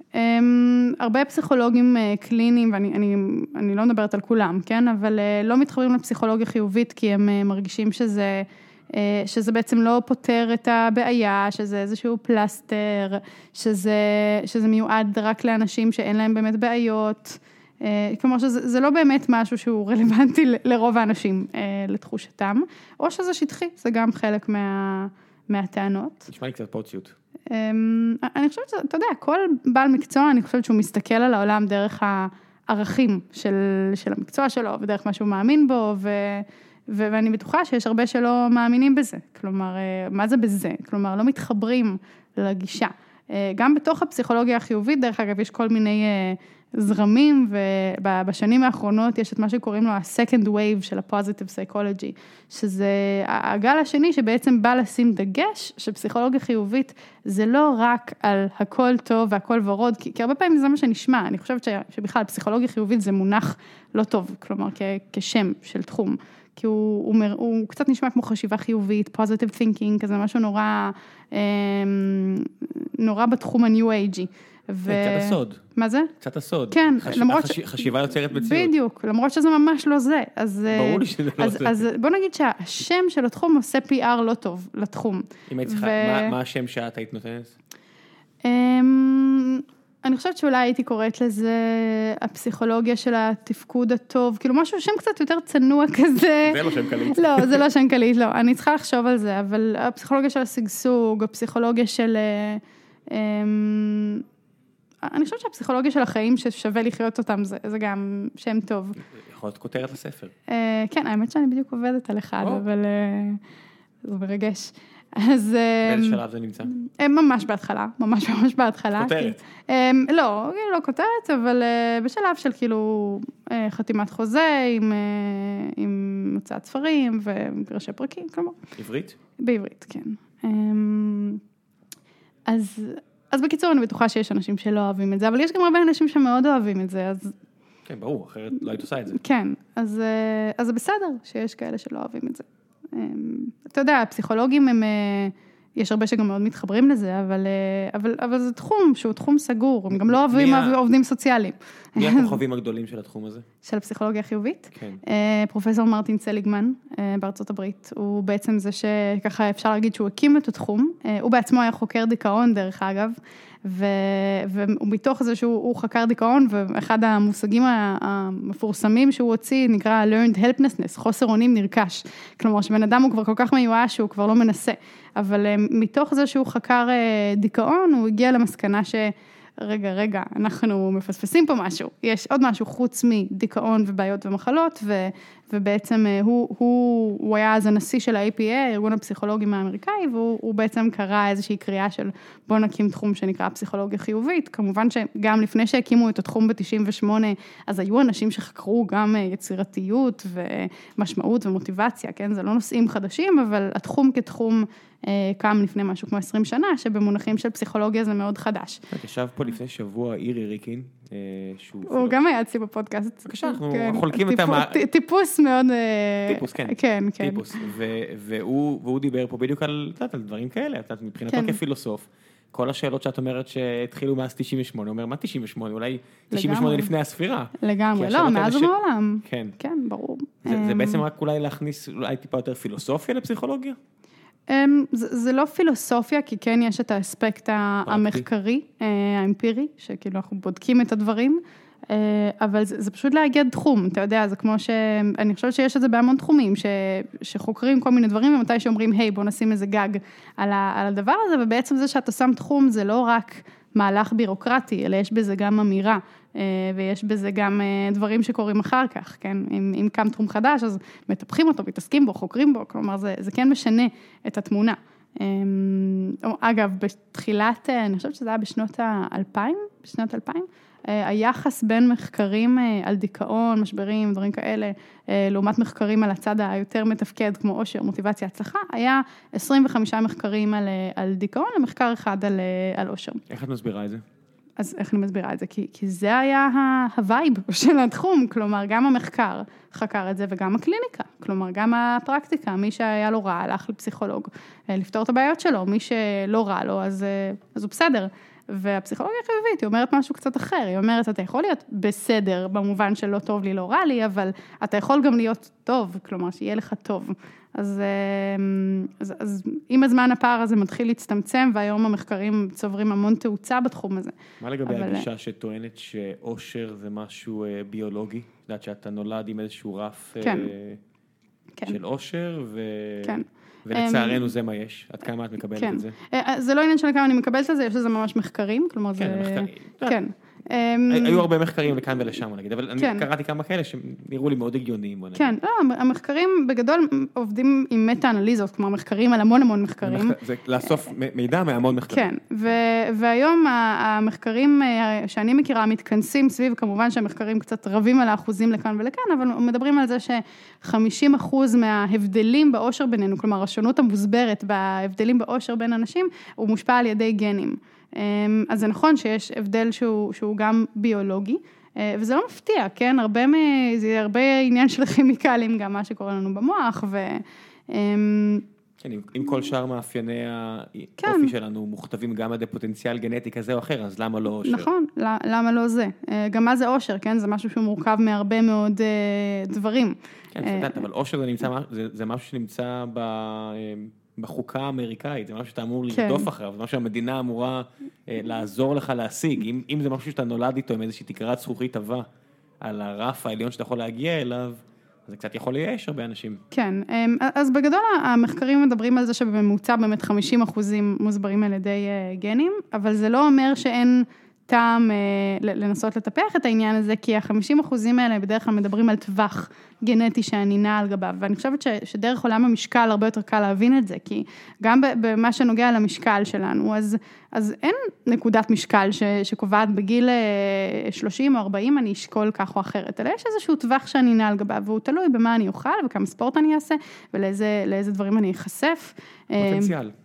הרבה פסיכולוגים קליניים, ואני אני, אני לא מדברת על כולם, כן? אבל לא מתחברים לפסיכולוגיה חיובית, כי הם מרגישים שזה, שזה בעצם לא פותר את הבעיה, שזה איזשהו פלסטר, שזה, שזה מיועד רק לאנשים שאין להם באמת בעיות, כלומר שזה לא באמת משהו שהוא רלוונטי לרוב האנשים, לתחושתם, או שזה שטחי, זה גם חלק מה, מהטענות. נשמע לי קצת פוציות. אני חושבת שאתה יודע, כל בעל מקצוע, אני חושבת שהוא מסתכל על העולם דרך הערכים של, של המקצוע שלו, ודרך מה שהוא מאמין בו, ו, ו, ואני בטוחה שיש הרבה שלא מאמינים בזה. כלומר, מה זה בזה? כלומר, לא מתחברים לגישה. גם בתוך הפסיכולוגיה החיובית, דרך אגב, יש כל מיני זרמים, ובשנים האחרונות יש את מה שקוראים לו ה-second wave של ה-positive psychology, שזה הגל השני שבעצם בא לשים דגש, שפסיכולוגיה חיובית זה לא רק על הכל טוב והכל ורוד, כי, כי הרבה פעמים זה מה שנשמע, אני חושבת שבכלל פסיכולוגיה חיובית זה מונח לא טוב, כלומר כ- כשם של תחום, כי הוא, הוא, הוא, הוא קצת נשמע כמו חשיבה חיובית, positive thinking, כזה משהו נורא, נורא בתחום ה-new age. ו... קצת הסוד. מה זה? קצת הסוד. כן, חש... למרות... החש... חשיבה יוצרת מציאות. בדיוק, למרות שזה ממש לא זה. אז, ברור לי שזה לא אז, זה. אז בוא נגיד שהשם של התחום עושה פי אר לא טוב לתחום. אם היית צריכה, ו... מה, מה השם שאת היית נותנת? אני חושבת שאולי הייתי קוראת לזה הפסיכולוגיה של התפקוד הטוב, כאילו משהו שם קצת יותר צנוע כזה. זה לא שם קליט. לא, זה לא שם קליט, לא. אני צריכה לחשוב על זה, אבל הפסיכולוגיה של הסגסוג, הפסיכולוגיה של... אני חושבת שהפסיכולוגיה של החיים ששווה לחיות אותם, זה, זה גם שם טוב. יכול להיות כותרת לספר. כן, האמת שאני בדיוק עובדת על אחד, אבל זה מרגש. אז... באיזה שלב זה נמצא? ממש בהתחלה, ממש ממש בהתחלה. כותרת? לא, לא כותרת, אבל בשלב של כאילו חתימת חוזה עם הוצאת ספרים ומגרשי פרקים, כלומר. עברית? בעברית, כן. אז... אז בקיצור, אני בטוחה שיש אנשים שלא אוהבים את זה, אבל יש גם הרבה אנשים שמאוד אוהבים את זה, אז... כן, ברור, אחרת לא היית עושה את זה. כן, אז, אז זה בסדר שיש כאלה שלא אוהבים את זה. אתה יודע, הפסיכולוגים הם, יש הרבה שגם מאוד מתחברים לזה, אבל, אבל, אבל זה תחום שהוא תחום סגור, הם גם לא אוהבים ה... עובדים סוציאליים. מי הכוכבים הגדולים של התחום הזה? של הפסיכולוגיה החיובית? כן. פרופסור מרטין סליגמן בארצות הברית, הוא בעצם זה שככה אפשר להגיד שהוא הקים את התחום, הוא בעצמו היה חוקר דיכאון דרך אגב, ו... ומתוך זה שהוא חקר דיכאון, ואחד המושגים המפורסמים שהוא הוציא נקרא learned helplessness, חוסר אונים נרכש, כלומר שבן אדם הוא כבר כל כך מיואש שהוא כבר לא מנסה, אבל מתוך זה שהוא חקר דיכאון, הוא הגיע למסקנה ש... רגע, רגע, אנחנו מפספסים פה משהו, יש עוד משהו חוץ מדיכאון ובעיות ומחלות, ו, ובעצם הוא, הוא, הוא היה אז הנשיא של ה-איי פי איי, ארגון הפסיכולוגים האמריקאי, והוא בעצם קרא איזושהי קריאה של בוא נקים תחום שנקרא פסיכולוגיה חיובית, כמובן שגם לפני שהקימו את התחום ב-תשעים ושמונה, אז היו אנשים שחקרו גם יצירתיות ומשמעות ומוטיבציה, כן, זה לא נושאים חדשים, אבל התחום כתחום קם לפני משהו כמו עשרים שנה, שבמונחים של פסיכולוגיה זה מאוד חדש. ישב פה לפני שבוע אירי ריקין, שהוא... הוא גם היה אצלי בפודקאסט. בבקשה, אנחנו חולקים את המ... טיפוס מאוד... טיפוס, כן. כן, כן. טיפוס, והוא דיבר פה בדיוק על דברים כאלה, מבחינתו כפילוסוף. כל השאלות שאת אומרת שהתחילו מאז תשעים ושמונה, הוא אומר, מה תשעים ושמונה? אולי תשעים ושמונה לפני הספירה. לגמרי, לא, מאז ומעולם. כן. כן, ברור. זה בעצם רק אולי להכניס, אולי טיפה יותר פילוסופיה לפסיכולוגיה? זה, זה לא פילוסופיה, כי כן יש את האספקט המחקרי, האמפירי, שכאילו אנחנו בודקים את הדברים, אבל זה, זה פשוט להגיע תחום, אתה יודע, זה כמו שאני חושבת שיש את זה בהמון תחומים, ש, שחוקרים כל מיני דברים, ומתי שאומרים, היי, בוא נשים איזה גג על, ה, על הדבר הזה, ובעצם זה שאתה שם תחום, זה לא רק מהלך בירוקרטי, אלא יש בזה גם אמירה, ויש בזה גם דברים שקורים אחר כך, כן? אם, אם קם תחום חדש, אז מטפחים אותו, מתעסקים בו, חוקרים בו, כלומר, זה, זה כן משנה את התמונה. אגב, בתחילת, אני חושבת שזה היה בשנות האלפיים, בשנות אלפיים, היחס בין מחקרים על דיכאון, משברים, דברים כאלה, לעומת מחקרים על הצד היותר מתפקד, כמו אושר, מוטיבציה, הצלחה, היה עשרים וחמישה מחקרים על, על דיכאון, למחקר אחד על, על אושר. איך את מסבירה את זה? אז איך אני מסבירה את זה? כי, כי זה היה הווייב של התחום, כלומר, גם המחקר חקר את זה, וגם הקליניקה, כלומר, גם הפרקטיקה, מי שהיה לו רע, הלך לפסיכולוג, לפתור את הבעיות שלו, מי שלא רע לו, אז, אז הוא בסדר. והפסיכולוגיה החיובית, היא אומרת משהו קצת אחר, היא אומרת, אתה יכול להיות בסדר, במובן שלא טוב לי, לא רע לי, אבל אתה יכול גם להיות טוב, כלומר, שיהיה לך טוב. אז, אז, אז עם הזמן הפער הזה מתחיל להצטמצם, והיום המחקרים צוברים המון תאוצה בתחום הזה. מה לגבי אבל... הגישה שטוענת שאושר זה משהו ביולוגי? יודעת שאתה נולד עם איזשהו רף כן. של כן. אושר, ו... כן. ולצערנו זה מה יש, עד כמה את מקבלת את זה? זה לא עניין של כמה אני מקבלת את זה, יש לזה ממש מחקרים, כלומר זה... כן, היו הרבה מחקרים לכאן ולשם, נגיד, אבל אני קראתי כמה כאלה שנראו לי מאוד הגיוניים. כן, לא, המחקרים בגדול עובדים עם מטה-אנליזות, כלומר מחקרים על המון המון מחקרים. זה לאסוף מידע מהמון מחקרים. כן, והיום המחקרים שאני מכירה מתכנסים סביב, כמובן שהמחקרים קצת רבים על האחוזים לכאן ולכאן, אבל מדברים על זה ש-חמישים אחוז מההבדלים באושר בינינו, כלומר השונות המוסברת בהבדלים באושר בין אנשים, הוא מושפע על ידי גנים. אז זה נכון שיש הבדל שהוא, שהוא גם ביולוגי, וזה לא מפתיע, כן? הרבה, זה הרבה עניין של כימיקלים, גם מה שקורה לנו במוח, ו... כן, אם כל שאר מאפייני האופי שלנו מוכתבים גם עד פוטנציאל גנטי כזה או אחר, אז למה לא אושר? נכון, למה לא זה? גם מה זה אושר, כן? זה משהו שהוא מורכב מהרבה מאוד דברים. כן, צדקת, אבל אושר זה נמצא, זה משהו שנמצא ב... בחוקה האמריקאית, זה משהו שאתה אמור לרדוף אחריו, זה משהו שהמדינה אמורה לעזור לך להשיג, אם, אם זה משהו שאתה נולד איתו עם איזושהי תקרת זכוכית טובה על הרף העליון שאתה יכול להגיע אליו, זה קצת יכול לייאש הרבה אנשים. כן, אז בגדול המחקרים מדברים על זה שבממוצע באמת חמישים אחוזים מוסברים על ידי גנים, אבל זה לא אומר שאין טעם לנסות לטפח את העניין הזה, כי ה-חמישים אחוזים האלה בדרך כלל מדברים על טווח גנטי שאני נעה על גביו, ואני חושבת שדרך עולם המשקל הרבה יותר קל להבין את זה, כי גם במה שנוגע למשקל שלנו, אז, אז אין נקודת משקל ש, שקובעת בגיל שלושים או ארבעים אני אשכול כך או אחרת, אלא יש איזשהו טווח שאני נעה על גביו, והוא תלוי במה אני אוכל וכמה ספורט אני אעשה, ולאיזה לאיזה דברים אני אחשף. פוטנציאל,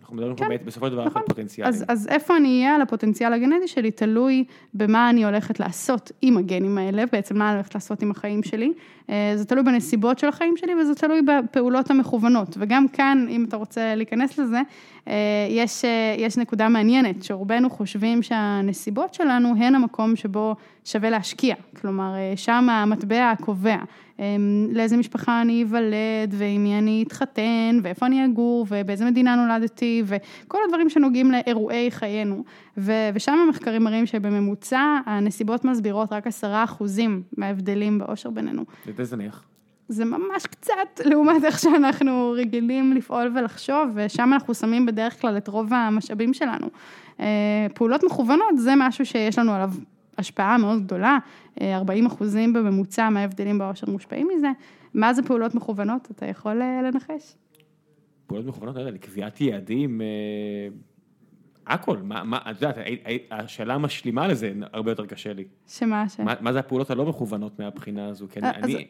אנחנו מדברים פה בסופו של דבר על פוטנציאלים. אז, אז איפה אני אהיה על הפוטנציאל הגנטי שלי, תלוי במה אני הולכת לעשות עם הגנים האלה, בעצם מה אני הולכת לעשות עם החיים שלי, זה תלוי בנסיבות של החיים שלי, וזה תלוי בפעולות המכוונות, וגם כאן, אם אתה רוצה להיכנס לזה, יש, יש נקודה מעניינת, שרובנו חושבים שהנסיבות שלנו הן המקום שבו שווה להשקיע, כלומר, שם המטבע הקובע, לאיזה משפחה אני אוולד, ועם מי אני אתחתן, ואיפה אני אגור, ובאיזה מדינה נולדתי, וכל הדברים שנוגעים לאירועי חיינו. ושם המחקרים מראים שבממוצע, הנסיבות מסבירות רק עשרה אחוזים מההבדלים באושר בינינו. זה זניח. זה ממש קצת לעומת איך שאנחנו רגילים לפעול ולחשוב, ושם אנחנו שמים בדרך כלל את רוב המשאבים שלנו. פעולות מכוונות זה משהו שיש לנו עליו השפעה מאוד גדולה, ארבעים אחוזים בממוצע מההבדלים באושר מושפעים מזה. מה זה פעולות מכוונות? אתה יכול לנחש? פעולות מכוונות, לקביעת יעדים, הכל, את יודעת, השאלה המשלימה לזה הרבה יותר קשה לי. שמה? מה זה הפעולות הלא מכוונות מהבחינה הזו? כי אני,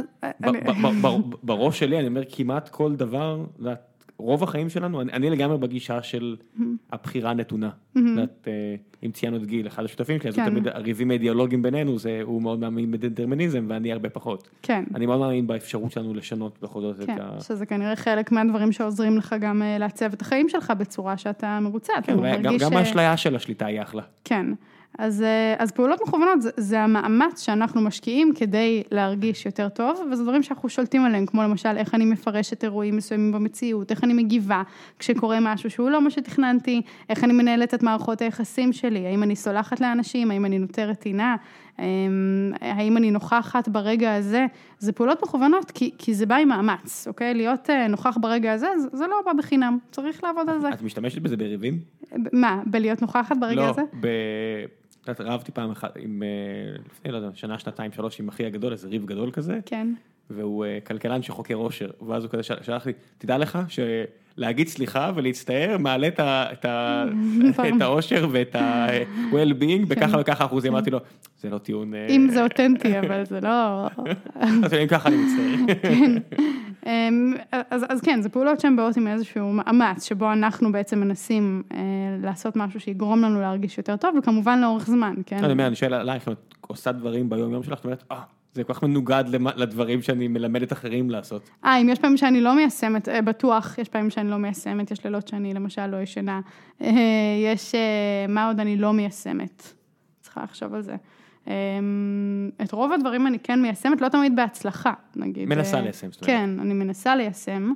בראש שלי, אני אומר, כמעט כל דבר, רוב החיים שלנו, אני לגמרי בגישה של הבחירה הנתונה. אם ציינו את גיל, אחד השותפים שלי, אז תמיד הריבים האידיאולוגיים בינינו, הוא מאוד מאמין בדטרמיניזם, ואני הרבה פחות. כן. אני מאוד מאמין באפשרות שלנו לשנות בכל זאת את ה... כן, שזה כנראה חלק מהדברים שעוזרים לך גם לעצב את החיים שלך בצורה שאתה מרוצה. כן, גם האשליה של השליטה היא אחלה. כן. אז, אז פעולות מכוונות זה, זה המאמץ שאנחנו משקיעים כדי להרגיש יותר טוב, וזה דברים שאנחנו שולטים עליהם, כמו למשל איך אני מפרשת אירועים מסוימים במציאות, איך אני מגיבה כשקורה משהו שהוא לא מה שתכננתי, איך אני מנהלת את מערכות היחסים שלי, האם אני סולחת לאנשים, האם אני נותרת עינה, האם אני נוכחת ברגע הזה, זה פעולות מכוונות, כי, כי זה בא עם מאמץ, אוקיי? להיות נוכח ברגע הזה, זה, זה לא בא בחינם, צריך לעבוד על זה. את משתמשת בזה בריבים? מה, בלהיות נוכחת ברגע לא, הזה? לא, ב... רבתי פעם אחת עם, לפני, לא יודע, שנה, שנתיים, שלוש, עם אחי הגדול, איזה ריב גדול כזה. כן. והוא כלכלן שחוקר אושר, ואז הוא כזה שלח לי, תדע לך שלהגיד סליחה ולהצטער, מעלה את האושר ואת ה-well-being, בככה וככה אחוזים, אמרתי לו, זה לא טיעון... אם זה אותנטי, אבל זה לא... אז אם ככה אני מצטער. כן. אז כן, זה פעולות שהן באות עם איזשהו מאמץ, שבו אנחנו בעצם מנסים לעשות משהו שיגרום לנו להרגיש יותר טוב, וכמובן לאורך זמן, כן? אני אומר, אני שואל עלייך, את עושה דברים ביום יום שלך, את אומרת, אה, זה כל כך מנוגד לדברים שאני מלמדת אחרים לעשות. אה, אם יש פעמים שאני לא מיישמת, בטוח, יש פעמים שאני לא מיישמת, יש לילות שאני למשל לא ישנה, יש, מה עוד אני לא מיישמת? צריכה לחשוב על זה. את רוב הדברים אני כן מיישמת, לא תמיד בהצלחה, נגיד. מנסה ליישם. כן, אני מנסה ליישם.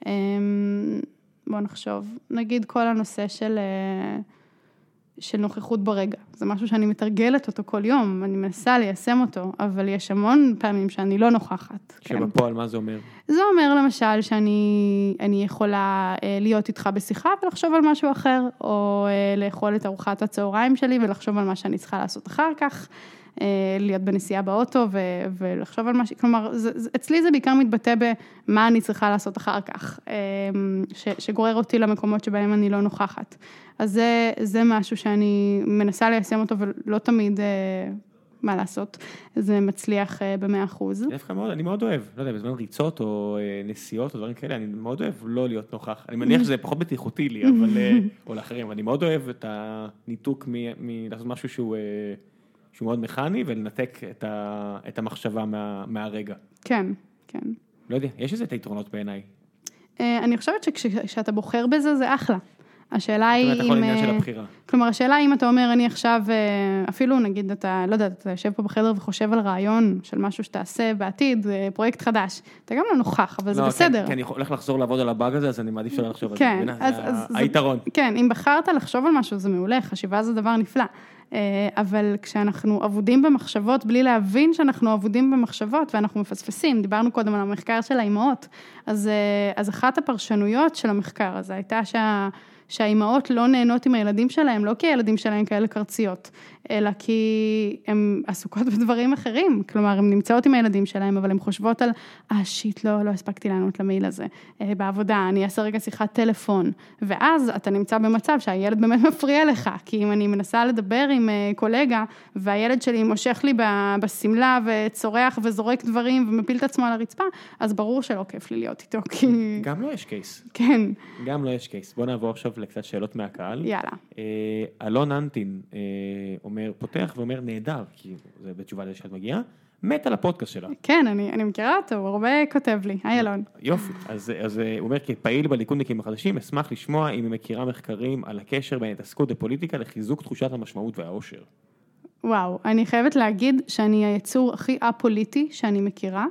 בוא נחשוב, נגיד כל הנושא של... של נוכחות ברגע. זה משהו שאני מתרגלת אותו כל יום, אני מנסה ליישם אותו, אבל יש המון פעמים שאני לא נוכחת. שבפועל, מה זה אומר? זה אומר למשל שאני אני יכולה להיות איתך בשיחה ולחשוב על משהו אחר, או לאכול את ארוחת הצהריים שלי ולחשוב על מה שאני צריכה לעשות אחר כך, להיות בנסיעה באוטו ולחשוב על משהו, כלומר, אצלי זה בעיקר מתבטא במה אני צריכה לעשות אחר כך, שגורר אותי למקומות שבהם אני לא נוכחת. אז זה, זה משהו שאני מנסה ליישם אותו ולא תמיד מה לעשות, זה מצליח במאה אחוז. דווקא מאוד, אני מאוד אוהב, לא יודע, בזמן ריצות או נסיעות או דברים כאלה, אני מאוד אוהב לא להיות נוכח. אני מניח שזה פחות בטיחותי לי, אבל, או לאחרים, אני מאוד אוהב את הניתוק מלעשות משהו שהוא... שהוא מאוד מכני, ולנתק את, ה, את המחשבה מה, מהרגע. כן, כן. לא יודע, יש איזה את היתרונות בעיניי? אני חושבת שכשאתה בוחר בזה, זה אחלה. השאלה היא... זאת אומרת, הכל עניין של הבחירה. כלומר, השאלה היא אם אתה אומר, אני עכשיו, אפילו נגיד, אתה, לא יודע, אתה יושב פה בחדר וחושב על רעיון של משהו שתעשה בעתיד, פרויקט חדש. אתה גם לא נוכח, אבל זה בסדר. כן, אני הולך לחזור לעבוד על הבאג הזה, אז אני מעדיף שלא לחשוב על זה. כן, אז... היתרון. כן, אם בחרת לחשוב על משהו, זה מעולה, חשיבה זה דבר נפלא. אבל כשאנחנו עבודים במחשבות, בלי להבין שאנחנו עבודים במחשבות, ואנחנו מפספסים, דיברנו קודם על המחקר של האימהות, אז, אז אחת הפרשנויות של המחקר הזה הייתה שה, שהאימהות לא נהנות עם הילדים שלהם, לא כי הילדים שלהם כאלה קרציות, אלא כי הן עסוקות בדברים אחרים, כלומר, הן נמצאות עם הילדים שלהם, אבל הן חושבות על, אה, שיט, לא, לא הספקתי לענות למייל הזה, בעבודה, אני אעשה רגע שיחת טלפון, ואז אתה נמצא במצב שהילד באמת מפריע לך, כי אם אני מנסה לדבר עם קולגה, והילד שלי מושך לי בסמלה, וצורח וזורק דברים, ומפיל את עצמו על הרצפה, אז ברור שלא כיף לי להיות איתו, כי... גם לא יש קייס. כן. גם לא יש קייס. בוא נעבור עכשיו לקצת שאלות מהקהל. יאללה. אלון אנטין אומר, פותח ואומר נהדר, כי זה בתשובה לזה שאת מגיעה, מת על הפודקאסט שלה. כן, אני, אני מכירה אותו, הוא הרבה כותב לי. היי אלון. יופי. אז, אז הוא אומר, כפעיל בליכודניקים החדשים, אשמח לשמוע אם היא מכירה מחקרים על הקשר בין התעסקות בפוליטיקה לחיזוק תחושת המשמעות והאושר. וואו, אני חייבת להגיד שאני היצור הכי א-פוליטי שאני מכירה,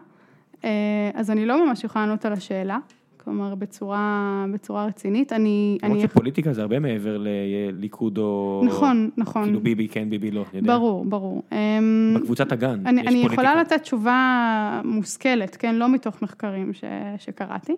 אז אני לא ממש יכולה לענות על השאלה, כלומר, בצורה, בצורה רצינית. אני, למרות אני... שפוליטיקה זה הרבה מעבר לליכוד או... נכון, נכון. כאילו ביבי כן, ביבי לא. יודע. ברור, ברור. בקבוצת הגן אני, יש אני פוליטיקה. יכולה לתת תשובה מושכלת, כן, לא מתוך מחקרים ש, שקראתי,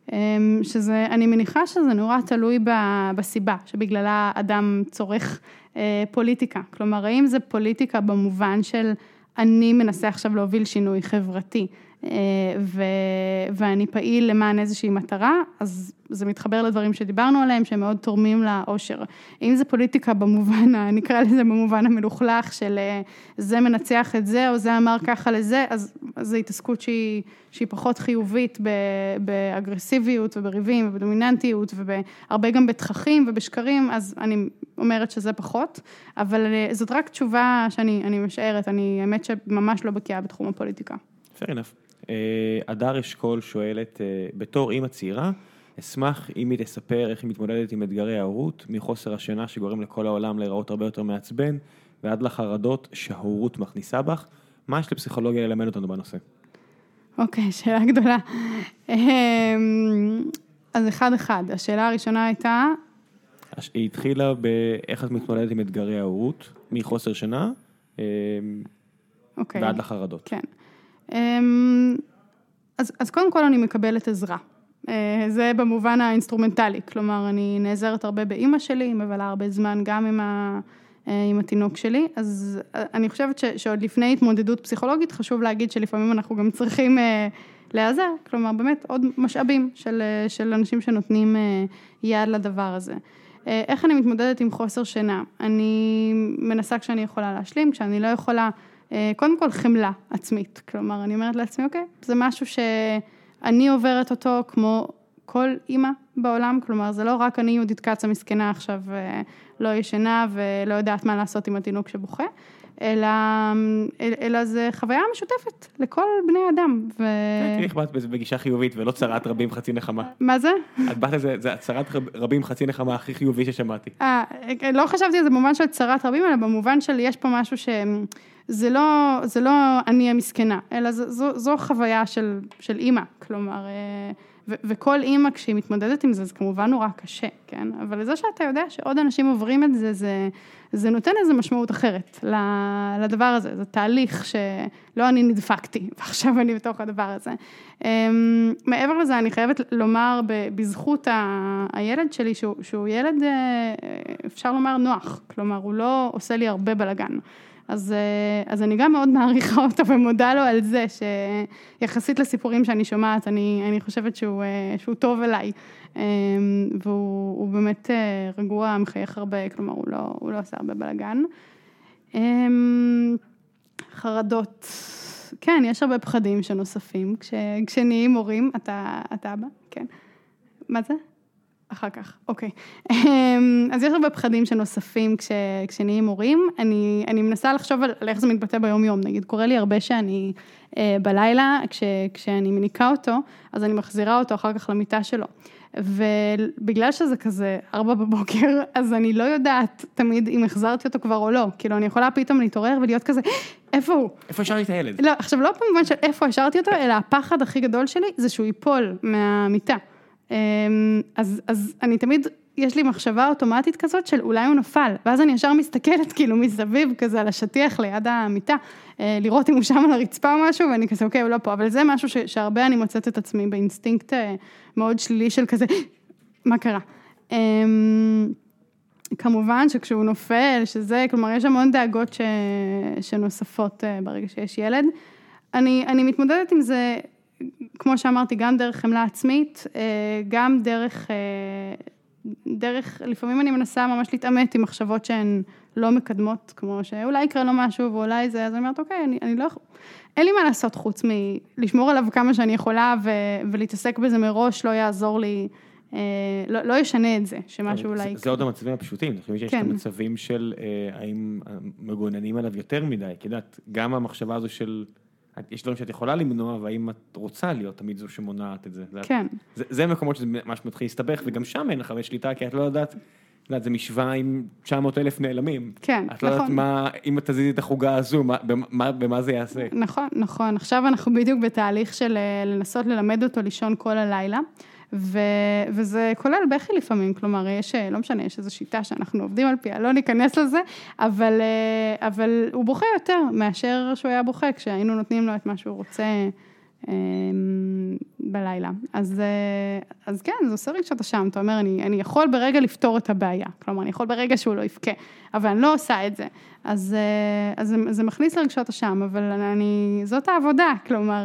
שזה, אני מניחה שזה נורא תלוי ב, בסיבה, שבגללה אדם צורך פוליטיקה. כלומר, האם זה פוליטיקה במובן של אני מנסה עכשיו להוביל שינוי חברתי, ו... ואני פעיל למען איזושהי מטרה, אז זה מתחבר לדברים שדיברנו עליהם, שהם מאוד תורמים לאושר. אם זה פוליטיקה במובן, נקרא לזה במובן המלוכלך, של זה מנצח את זה, או זה אמר ככה לזה, אז זו התעסקות שהיא, שהיא פחות חיובית באגרסיביות ובריבים ובדומיננטיות, והרבה גם בתככים ובשקרים, אז אני אומרת שזה פחות, אבל זאת רק תשובה שאני אני משערת, אני האמת שממש לא בקיאה בתחום הפוליטיקה. Fair enough. הדר אשכול שואלת, בתור אמא צעירה, אשמח אם היא תספר איך היא מתמודדת עם אתגרי ההורות, מחוסר השינה שגורם לכל העולם להיראות הרבה יותר מעצבן, ועד לחרדות שההורות מכניסה בך. מה יש לפסיכולוגיה ללמד אותנו בנושא? אוקיי, שאלה גדולה. אז אחד אחד, השאלה הראשונה הייתה... היא התחילה באיך את מתמודדת עם אתגרי ההורות, מחוסר שינה, ועד לחרדות. כן. אז, אז קודם כל אני מקבלת עזרה. זה במובן האינסטרומנטלי, כלומר אני נעזרת הרבה באמא שלי, מבלה הרבה זמן גם עם, ה, עם התינוק שלי, אז אני חושבת ש, שעוד לפני התמודדות פסיכולוגית חשוב להגיד שלפעמים אנחנו גם צריכים להיעזר, כלומר באמת עוד משאבים של, של אנשים שנותנים יד לדבר הזה. איך אני מתמודדת עם חוסר שינה? אני מנסה כשאני יכולה להשלים, כשאני לא יכולה, קודם כל חמלה עצמית, כלומר אני אומרת לעצמי, אוקיי, זה משהו שאני עוברת אותו כמו כל אימא בעולם, כלומר זה לא רק אני יהודית קץ המסכנה עכשיו לא ישנה ולא יודעת מה לעשות עם התינוק שבוכה, אלא, אלא זה חוויה משותפת לכל בני אדם. תראי איך באת בגישה חיובית ולא צרת רבים חצי נחמה. מה זה? את באת לזה, זה צרת רבים חצי נחמה הכי חיובי ששמעתי. אה, לא חשבתי על זה במובן של צרת רבים, אלא במובן של יש פה משהו שזה לא, זה לא אני המסכנה, אלא זו, זו חוויה של, של אימא, כלומר, ו, וכל אימא כשהיא מתמודדת עם זה, זה כמובן נורא קשה, כן? אבל זה שאתה יודע שעוד אנשים עוברים את זה, זה, זה נותן איזו משמעות אחרת לדבר הזה, זה תהליך שלא אני נדפקתי, ועכשיו אני בתוך הדבר הזה. מעבר לזה, אני חייבת לומר בזכות הילד שלי, שהוא, שהוא ילד, אפשר לומר נוח, כלומר, הוא לא עושה לי הרבה בלגן. אז, אז אני גם מאוד מעריכה אותו ומודה לו על זה, שיחסית לסיפורים שאני שומעת, אני, אני חושבת שהוא, שהוא טוב אליי, והוא הוא באמת רגוע, מחייך הרבה, כלומר, הוא לא, הוא לא עושה הרבה בלגן. חרדות, כן, יש הרבה פחדים שנוספים, כש, כשנהיים הורים, אתה, אתה אבא, כן. מה זה? אחר כך, אוקיי. אז יש הרבה פחדים שנוספים כש, כשנהיים הורים, אני, אני מנסה לחשוב על, על איך זה מתבטא ביום יום, נגיד, קורה לי הרבה שאני אה, בלילה, כש, כשאני מניקה אותו, אז אני מחזירה אותו אחר כך למיטה שלו, ובגלל שזה כזה ארבע בבוקר, אז אני לא יודעת תמיד אם החזרתי אותו כבר או לא, כאילו אני יכולה פתאום להתעורר ולהיות כזה, איפה הוא? איפה השארתי את הילד? לא, עכשיו לא במובן של איפה השארתי אותו, אלא הפחד הכי גדול שלי זה שהוא ייפול מהמיטה. אז, אז אני תמיד, יש לי מחשבה אוטומטית כזאת של אולי הוא נפל, ואז אני ישר מסתכלת כאילו מסביב כזה על השטיח ליד המיטה, לראות אם הוא שם על הרצפה או משהו, ואני כזה, אוקיי, הוא לא פה, אבל זה משהו ש, שהרבה אני מוצאת את עצמי באינסטינקט מאוד שלילי של כזה, מה קרה? כמובן שכשהוא נופל, שזה, כלומר, יש המון דאגות ש... שנוספות ברגע שיש ילד. אני, אני מתמודדת עם זה, כמו שאמרתי, גם דרך חמלה עצמית, גם דרך, דרך, לפעמים אני מנסה ממש להתאמת עם מחשבות שהן לא מקדמות, כמו שאולי יקרה לו משהו ואולי זה, אז אני אומרת, אוקיי, אני, אני לא, אין לי מה לעשות חוץ מלשמור עליו כמה שאני יכולה ו... ולהתעסק בזה מראש, לא יעזור לי, לא, לא ישנה את זה, שמשהו אולי... זה עוד המצבים הפשוטים, אני חושב שיש את המצבים של האם מגוננים עליו יותר מדי, כי יודעת, גם המחשבה הזו של, יש דברים שאת יכולה למנוע, והאם את רוצה להיות תמיד זו שמונעת את זה. כן. זה מקומות שזה ממש מתחיל להסתבך, וגם שם אין לך שליטה, כי את לא יודעת, זה משוואה עם תשע מאות אלף נעלמים. כן, נכון. את לא יודעת מה, אם את תזיזי את החוגה הזו, במה זה יעשה. נכון, נכון. עכשיו אנחנו בדיוק בתהליך של לנסות ללמד אותו לישון כל הלילה, ו, וזה כולל בכי לפעמים, כלומר, יש, לא משנה, יש איזו שיטה שאנחנו עובדים על פיה, לא ניכנס לזה, אבל, אבל הוא בוכה יותר מאשר שהוא היה בוכה, כשהיינו נותנים לו את מה שהוא רוצה בלילה. אז, אז כן, זה עושה רגשות אשם, אתה אומר, אני, אני יכול ברגע לפתור את הבעיה, כלומר, אני יכול ברגע שהוא לא יפכה, אבל אני לא עושה את זה. אז, אז זה, זה מכניס לרגשות אשם, אבל אני, זאת העבודה, כלומר,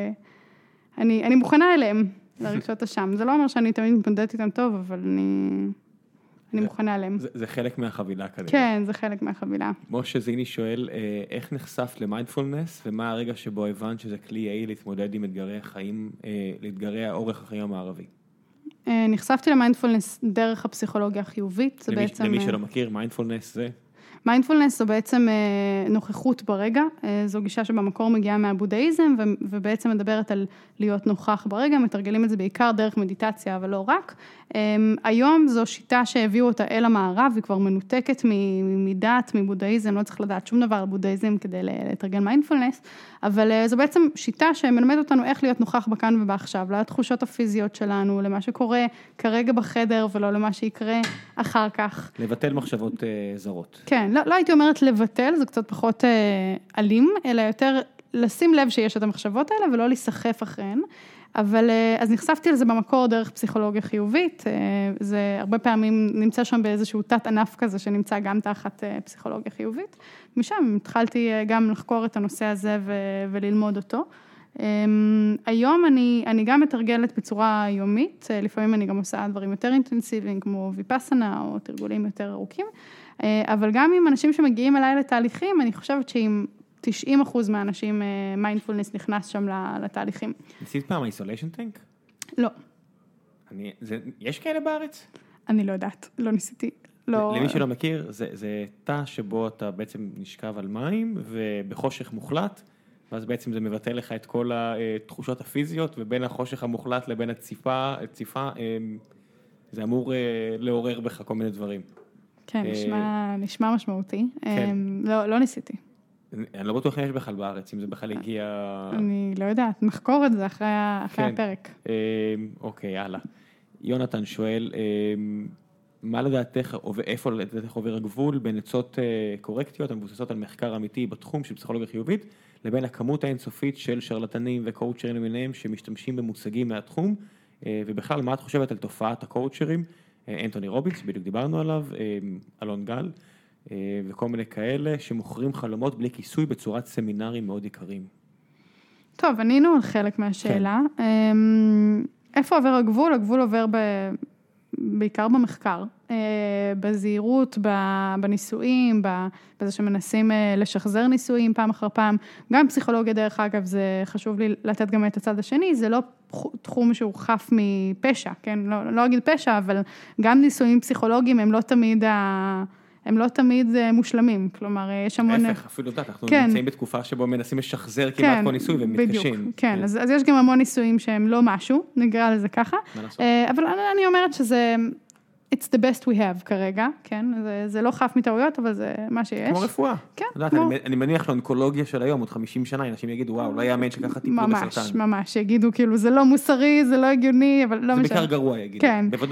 אני, אני מוכנה אליהם. לרגשות אשם. זה לא אומר שאני תמיד מתמודדת איתם טוב, אבל אני, אני מוכנה עליהם. זה, זה חלק מהחבילה כזה. כן, זה חלק מהחבילה. משה זיני שואל, איך נחשפת למיינדפולנס, ומה הרגע שבו הבנת שזה כלי יעיל להתמודד עם אתגרי החיים, לאתגרי האורך החיים המערבי? נחשפתי למיינדפולנס דרך הפסיכולוגיה החיובית. למי, בעצם, למי שלא מכיר, מיינדפולנס זה? מיינדפולנס זו בעצם נוכחות ברגע, זו גישה שבמקור מגיעה מהבודהיזם, ובעצם מדברת על להיות נוכח ברגע, מתרגלים את זה בעיקר דרך מדיטציה, אבל לא רק. היום זו שיטה שהביאו אותה אל המערב, היא כבר מנותקת מדת, מבודהיזם, לא צריך לדעת שום דבר על בודהיזם כדי לתרגל מיינדפולנס, אבל זו בעצם שיטה שמלמד אותנו איך להיות נוכח בכאן ובעכשיו, לתחושות הפיזיות שלנו, למה שקורה כרגע בחדר, ולא למה שיקרה אחר כך. לבטל מחשבות זרות. כן, לא, לא הייתי אומרת לבטל, זה קצת פחות אלים, אלא יותר לשים לב שיש את המחשבות האלה, ולא להיסחף אחריהן. אבל אז נחשפתי לזה במקור דרך פסיכולוגיה חיובית, זה הרבה פעמים נמצא שם באיזשהו תת ענף כזה, שנמצא גם תחת פסיכולוגיה חיובית. משם התחלתי גם לחקור את הנושא הזה וללמוד אותו. היום אני, אני גם מתרגלת בצורה יומית, לפעמים אני גם עושה דברים יותר אינטנסיביים, כמו ויפאסנה או תרגולים יותר ארוכים, אבל גם עם אנשים שמגיעים אליי לתהליכים, אני חושבת שעם תשעים אחוז מהאנשים מיינדפולנס נכנס שם לתהליכים. ניסית פעם איסוליישן טנק? לא. אני, זה, יש כאלה בארץ? אני לא יודעת, לא ניסיתי. לא... למי שלא מכיר, זה, זה תא שבו אתה בעצם נשכב על מים ובחושך מוחלט, ואז בעצם זה מבטא לך את כל התחושות הפיזיות, ובין החושך המוחלט לבין הציפה, הציפה, זה אמור לעורר בך כל מיני דברים. כן, נשמע, נשמע משמעותי. כן. לא, לא ניסיתי. אני לא בטוח יש בכלל בארץ, אם זה בכלל הגיע... אני לא יודעת, נחקור את זה אחרי, אחרי כן. הפרק. אוקיי, יאללה. יונתן שואל, מה לדעתך, ואיפה לדעתך עובר הגבול בין עצות קורקטיות, המבוססות על מחקר אמיתי בתחום של פסיכולוגיה חיובית, לבין הכמות האינסופית של שרלטנים וקואוצ'רים למיניהם שמשתמשים במושגים מהתחום, ובכלל, מה את חושבת על תופעת הקואוצ'רים? אנטוני רובינס, בדיוק דיברנו עליו, אלון גל, וכל מיני כאלה שמוכרים חלומות בלי כיסוי בצורת סמינרים מאוד יקרים. טוב, ענינו על חלק מהשאלה. כן. איפה עובר הגבול? הגבול עובר ב... בעיקר במחקר, בזהירות, בניסויים, בזה שמנסים לשחזר ניסויים פעם אחר פעם. גם פסיכולוגיה דרך אגב, זה חשוב לי לתת גם את הצד השני, זה לא תחום שהוא חף מפשע, כן? לא, לא אגיד פשע, אבל גם ניסויים פסיכולוגיים הם לא תמיד ה... הם לא תמיד מושלמים, כלומר, יש המון... להפך, אפילו דעת, אנחנו כן. נמצאים בתקופה שבו מנסים לשחזר כמעט כן, כל ניסוי והם מתקשים. בדיוק, כן, כן. אז, אז יש גם המון ניסויים שהם לא משהו, נגרע לזה ככה, אבל אני, אני אומרת שזה, it's the best we have כרגע, כן, זה, זה לא חף מטעויות, אבל זה מה שיש. כמו רפואה. כן, יודעת, כמו... אני, אני מניח לאונקולוגיה של היום, עוד חמישים שנה, אנשים יגידו, וואו, לא יאמן שככה טיפלו בסרטן. ממש, ממש, יגידו, כאילו, זה לא מוסרי, זה לא הגיוני, אבל לא משנה. זה בעיקר גרוע, יגידו, כן. בוודאות.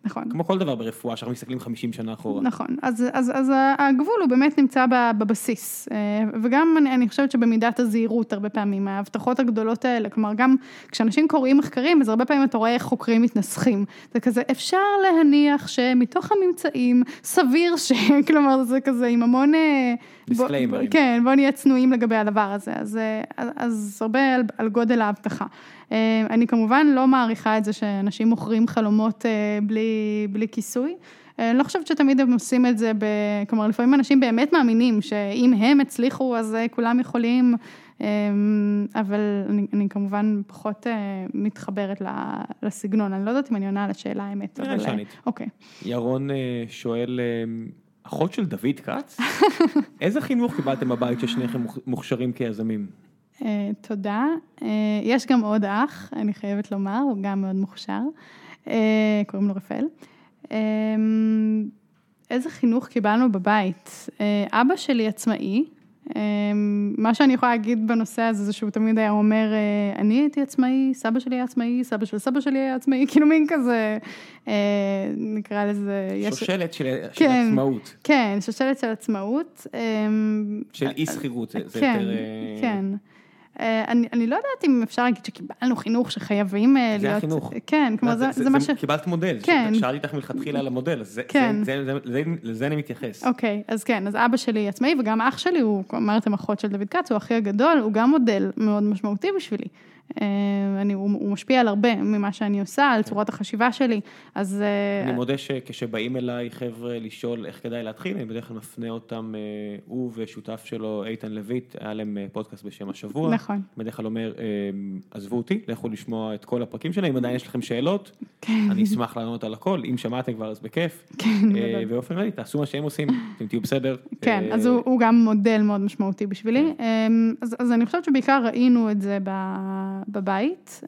נכון. כמו כל דבר ברפואה, שאנחנו מסתכלים חמישים שנה אחורה. נכון, אז, אז, אז הגבול הוא באמת נמצא בבסיס, וגם אני, אני חושבת שבמידת הזהירות הרבה פעמים, ההבטחות הגדולות האלה, כלומר גם כשאנשים קוראים מחקרים, אז הרבה פעמים אתה רואה איך חוקרים מתנסחים, זה כזה אפשר להניח שמתוך הממצאים סביר ש... כלומר זה כזה עם המון... דיסקליימרים. כן, בוא נהיה צנועים לגבי הדבר הזה, אז, אז, אז הרבה על, על גודל ההבטחה. אני כמובן לא מעריכה את זה שאנשים מוכרים חלומות בלי, בלי כיסוי. אני לא חושבת שתמיד הם עושים את זה, ב... כלומר, לפעמים אנשים באמת מאמינים שאם הם הצליחו, אז כולם יכולים, אבל אני, אני כמובן פחות מתחברת לסגנון. אני לא יודעת אם אני עונה על השאלה האמת. נראה לי שענית. אוקיי. ירון שואל, אחות של דוד כץ, איזה חינוך קיבלתם בבית ששניכם מוכשרים כיזמים? תודה. יש גם עוד אח, אני חייבת לומר, הוא גם מאוד מוכשר. קוראים לו רפאל. איזה חינוך קיבלנו בבית? אבא שלי עצמאי. מה שאני יכולה להגיד בנושא הזה, זה שהוא תמיד היה אומר, אני הייתי עצמאי, סבא שלי היה עצמאי, סבא של סבא שלי היה עצמאי, כאילו מין כזה, נקרא לזה... שושלת של עצמאות. כן, שושלת של עצמאות. של אי סחירות, זה יותר... כן. אני, אני לא יודעת אם אפשר להגיד שקיבלנו חינוך שחייבים להיות... זה החינוך. כן, כמו זה, זה, זה מה ש... קיבלת מודל, כן. שאלתי איתך מלכתחילה על המודל, אז כן. זה, זה, זה, לזה אני מתייחס. אוקיי, אז כן, אז אבא שלי עצמאי, וגם אח שלי, הוא אמרתם אחות של דוד כץ, הוא הכי הגדול, הוא גם מודל מאוד משמעותי בשבילי. אני, הוא, הוא משפיע על הרבה ממה שאני עושה, על צורת החשיבה שלי, אז... אני מודה שכשבאים אליי חבר'ה לשאול איך כדאי להתחיל, אני בדרך כלל מפנה אותם, הוא ושותף שלו, איתן לויט, היה להם פודקאסט בשם השבוע. נכון. בדרך כלל אומר, עזבו אותי, לכו לשמוע את כל הפרקים שלהם, אם עדיין יש לכם שאלות, אני אשמח לענות על הכל, אם שמעתם כבר אז בכיף. כן. ואופן כללי, תעשו מה שהם עושים, אתם תהיו בסדר. כן, אז הוא, הוא גם מודל מאוד משמעותי בשבילי, אז, אז אני חושבת שבעיקר ראינו את זה ב... בבית.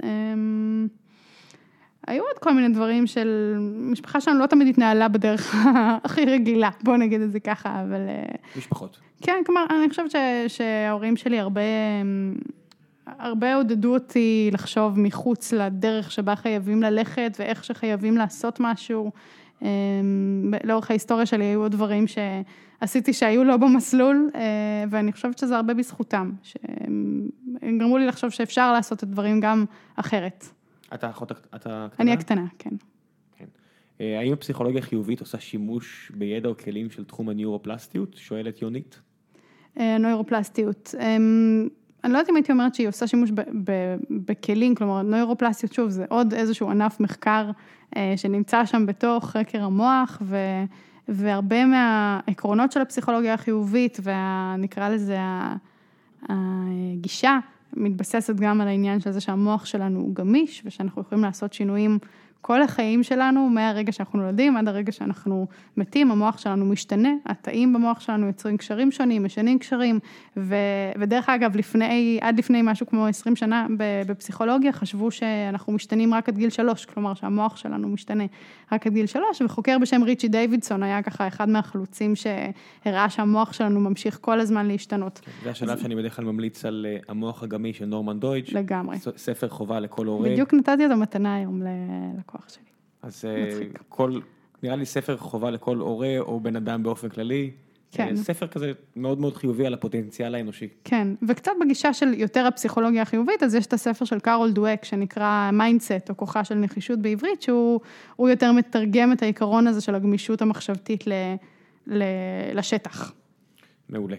היו עוד כל מיני דברים של, משפחה שלנו לא תמיד התנהלה בדרך הכי רגילה, בוא נגיד את זה ככה, אבל... משפחות. כן, כלומר, אני חושבת ש, שההורים שלי הרבה, הרבה עודדו אותי לחשוב מחוץ לדרך שבה חייבים ללכת, ואיך שחייבים לעשות משהו. לאורך ההיסטוריה שלי היו עוד דברים שעשיתי שהיו לא במסלול, ואני חושבת שזה הרבה בזכותם, שהם גרמו לי לחשוב שאפשר לעשות את הדברים גם אחרת. אתה אחות, אתה קטנה? אני הקטנה, כן. כן. האם הפסיכולוגיה חיובית עושה שימוש בידע או כלים של תחום הניורופלסטיות? שואלת יונית. נוירופלסטיות. אני לא יודעת אם הייתי אומרת שהיא עושה שימוש בכלים, כלומר, נוירופלסטיות, שוב, זה עוד איזשהו ענף מחקר שנמצא שם בתוך חקר המוח, ו, והרבה מהעקרונות של הפסיכולוגיה החיובית, ונקרא לזה הגישה, מתבססת גם על העניין של זה שהמוח שלנו הוא גמיש, ושאנחנו יכולים לעשות שינויים כל החיים שלנו, מהרגע שאנחנו נולדים עד הרגע שאנחנו מתים, המוח שלנו משתנה, התאים במוח שלנו יוצרים קשרים שונים, משנים קשרים, ו, ודרך אגב, לפני, עד לפני משהו כמו עשרים שנה בפסיכולוגיה, חשבו שאנחנו משתנים רק עד גיל שלוש, כלומר שהמוח שלנו משתנה רק עד גיל שלוש, וחוקר בשם ריצ'י דיווידסון היה ככה אחד מהחלוצים שהראה שהמוח שלנו ממשיך כל הזמן להשתנות. זה השלב שאני בדרך כלל ממליץ על המוח הגמיש של נורמן דויטש. לגמרי. ספר חובה לכל הורה. בדיוק נתתי את המתנה היום לכוח שלי. אז כל, נראה לי ספר חובה לכל הורה או בן אדם באופן כללי. כן. ספר כזה מאוד מאוד חיובי על הפוטנציאל האנושי. כן, וקצת בגישה של יותר הפסיכולוגיה החיובית, אז יש את הספר של קארול דואק, שנקרא מיינדסט, או כוחה של נחישות בעברית, שהוא יותר מתרגם את העיקרון הזה של הגמישות המחשבתית ל, ל, לשטח. מעולה.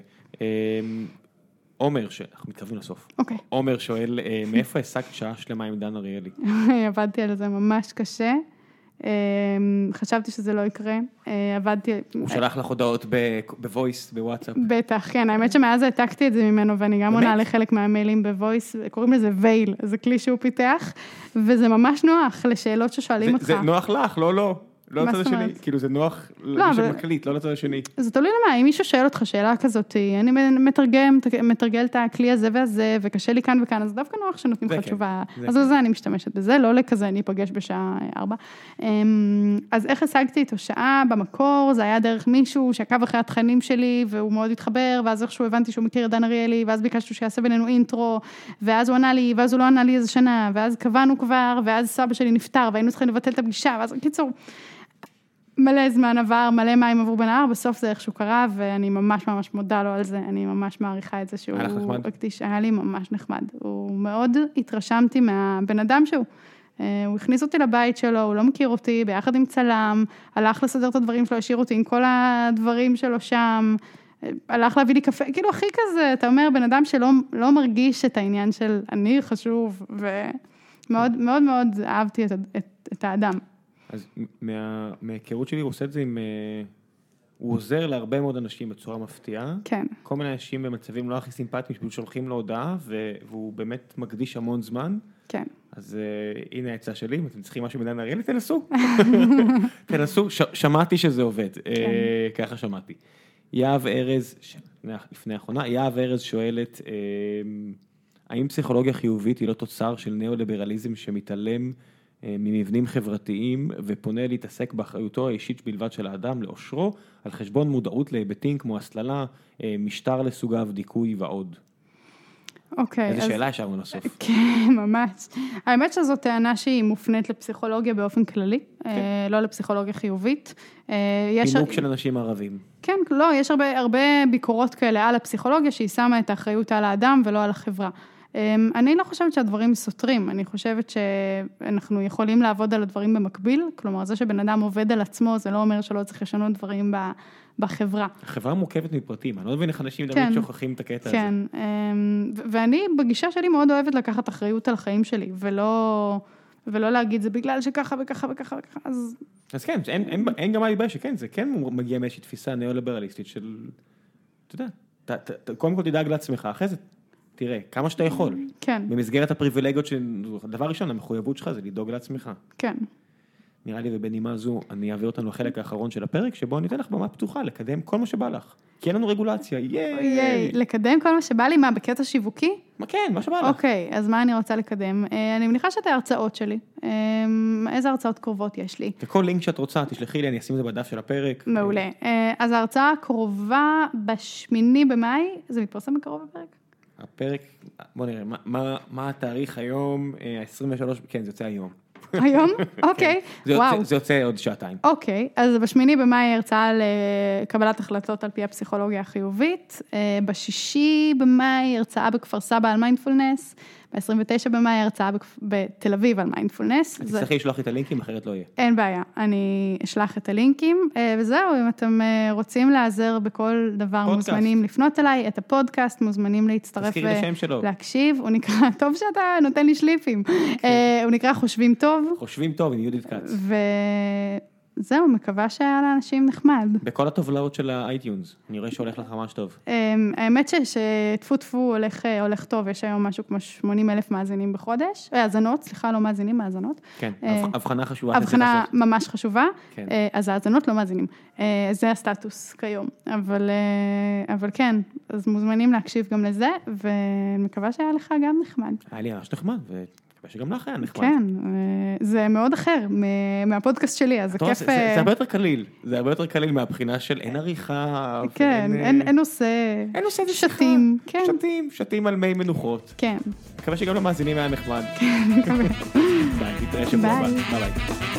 עומר, שאנחנו מתקרבים לסוף. אוקיי. עומר שואל, מאיפה השגת שעה שלמה עם דן אריאלי? עבדתי על זה ממש קשה. חשבתי שזה לא יקרה, עבדתי... הוא שלח לך הודעות בוויס, בוואטסאפ. בטח, כן, האמת שמאז העתקתי את זה ממנו, ואני גם עונה לחלק מהמיילים בוויס, קוראים לזה וייל, זה כלי שהוא פיתח, וזה ממש נוח לשאלות ששואלים אותך. זה נוח לך, לא, לא. לא לצד השני, כאילו זה נוח למי שמקליט, לא לצד השני. זה תלוי למה, אם מישהו שואל אותך שאלה כזאת, אני מתרגם, מתרגל את הכלי הזה והזה, וקשה לי כאן וכאן, אז דווקא נוח שנותנים לך תשובה, אז לזה אני משתמשת בזה, לא לכזה, אני אפגש בשעה ארבע. אז איך השגתי איתו שעה במקור, זה היה דרך מישהו שעקב אחרי התכנים שלי, והוא מאוד התחבר, ואז איכשהו הבנתי שהוא מכיר את דן אריאלי, ואז ביקשתי שיעשה בינינו אינטרו, ואז הוא ענה לי, ואז הוא לא ענה לי איזה שנה, ואז קבענו כבר, ואז סבא שלי נפטר, והיינו צריכים לבטל את הפגישה, ואז קיצור, מלא זמן עבר, מלא מים עברו בנהר, בסוף זה איכשהו קרה, ואני ממש ממש מודה לו על זה, אני ממש מעריכה את זה שהוא... היה לך נחמד? הקדיש, היה לי ממש נחמד. הוא מאוד התרשמתי מהבן אדם שהוא. הוא הכניס אותי לבית שלו, הוא לא מכיר אותי, ביחד עם צלם, הלך לסדר את הדברים שלו, השאיר אותי עם כל הדברים שלו שם, הלך להביא לי קפה, כאילו הכי כזה, אתה אומר, בן אדם שלא לא מרגיש את העניין של אני חשוב, ומאוד מאוד מאוד אהבתי את, את, את האדם. אז מה, מההיכרות שלי הוא עושה את זה עם, הוא עוזר להרבה מאוד אנשים בצורה מפתיעה. כן. כל מיני אנשים במצבים לא הכי סימפטיים, שפשוט שולחים לו הודעה, והוא באמת מקדיש המון זמן. כן. אז uh, הנה העצה שלי, אם אתם צריכים משהו מדן אריאלי, תנסו. תנסו, ש, שמעתי שזה עובד. כן. Uh, ככה שמעתי. יהב ארז, ש... לפני האחרונה, יהב ארז שואלת, uh, האם פסיכולוגיה חיובית היא לא תוצר של ניאו-ליברליזם שמתעלם ממבנים חברתיים, ופונה להתעסק באחריותו האישית בלבד של האדם, לאושרו, על חשבון מודעות להיבטים כמו הסללה, משטר לסוגיו, דיכוי ועוד. אוקיי. איזו שאלה השארנו לסוף. כן, ממש. האמת שזו טענה שהיא מופנית לפסיכולוגיה באופן כללי, לא לפסיכולוגיה חיובית. פינוק של אנשים ערבים. כן, לא, יש הרבה, הרבה ביקורות כאלה על הפסיכולוגיה, שהיא שמה את האחריות על האדם ולא על החברה. אני לא חושבת שהדברים סותרים, אני חושבת שאנחנו יכולים לעבוד על הדברים במקביל, כלומר, זה שבן אדם עובד על עצמו, זה לא אומר שלא צריך לשנות דברים בחברה. החברה מורכבת מפרטים, אני לא מבין איך אנשים מדברים שוכחים את הקטע הזה. כן, ואני בגישה שלי מאוד אוהבת לקחת אחריות על החיים שלי, ולא, ולא להגיד, זה בגלל שככה וככה וככה וככה, אז... אז כן, אין, אין, אין גם מה להיבש שכן, זה כן מגיע מאיזושהי תפיסה ניאו-ליברליסטית של, אתה יודע, ת, ת, ת, קודם כל תדאג לעצמך, אחרי זה תראה, כמה שאתה יכול. כן. במסגרת הפריבילגיות, הדבר ראשון, המחויבות שלך זה לדאוג לעצמך. כן. נראה לי ובנימה זו, אני אעביר אותנו לחלק האחרון של הפרק, שבו אני אתן לך במה פתוחה, לקדם כל מה שבא לך. כי אין לנו רגולציה, ייי! ייי, לקדם כל מה שבא לי, מה, בקטע שיווקי? מה כן, מה שבא לך. אוקיי, אז מה אני רוצה לקדם? אני מניחה שאת ההרצאות שלי. איזה הרצאות קרובות יש לי? וכל לינק שאת רוצה, תשלחי לי, אני אשים את זה בדף של הפרק. מעולה. אז ההרצאה הקרובה בשמיני במאי, זה מתפרסם בקרוב בפרק? הפרק, בוא נראה, מה, מה התאריך היום, ה-עשרים ושלוש, כן, זה יוצא היום. היום? אוקיי, וואו. זה יוצא עוד שעתיים. אוקיי, אז בשמיני במאי הרצאה לקבלת החלטות על פי הפסיכולוגיה החיובית, בשישי במאי הרצאה בכפר סבא על מיינדפולנס, ב-עשרים ותשע במאי הרצאה בתל אביב על מיינדפולנס. תצטרכי לשלוח את הלינקים, אחרת לא יהיה. אין בעיה, אני אשלח את הלינקים, וזהו, אם אתם רוצים לעזר בכל דבר, מוזמנים לפנות אליי, את הפודקאסט, מוזמנים להצטרף ולהקשיב, הוא נקרא, טוב שאתה נותן לי שליפים, הוא נקרא חושבים טוב. חושבים טוב, עם יהודית קץ. זהו, מקווה שהיה לאנשים נחמד. בכל הטובלאות של האייטיונס, אני רואה שהולך לך ממש טוב. האמת שטפו טפו הולך טוב, יש היום משהו כמו שמונים אלף מאזינים בחודש, האזנות, סליחה, לא מאזינים, מאזנות. כן, הבחנה חשובה. הבחנה ממש חשובה, אז האזנות לא מאזינים. זה הסטטוס כיום, אבל כן, אז מוזמנים להקשיב גם לזה, ומקווה שהיה לך גם נחמד. היה לי ממש נחמד, ו... שגם לך היה נחמד. כן, זה מאוד אחר מהפודקאסט שלי, אז זה כיף... זה הרבה יותר קליל, זה הרבה יותר קליל מהבחינה של אין עריכה. כן, אין נושא, שתים. שתים, שתים על מי מנוחות. כן. מקווה שגם למאזינים היה נחמד. כן, מקווה. ביי, נתראה שבוע הבא. ביי ביי.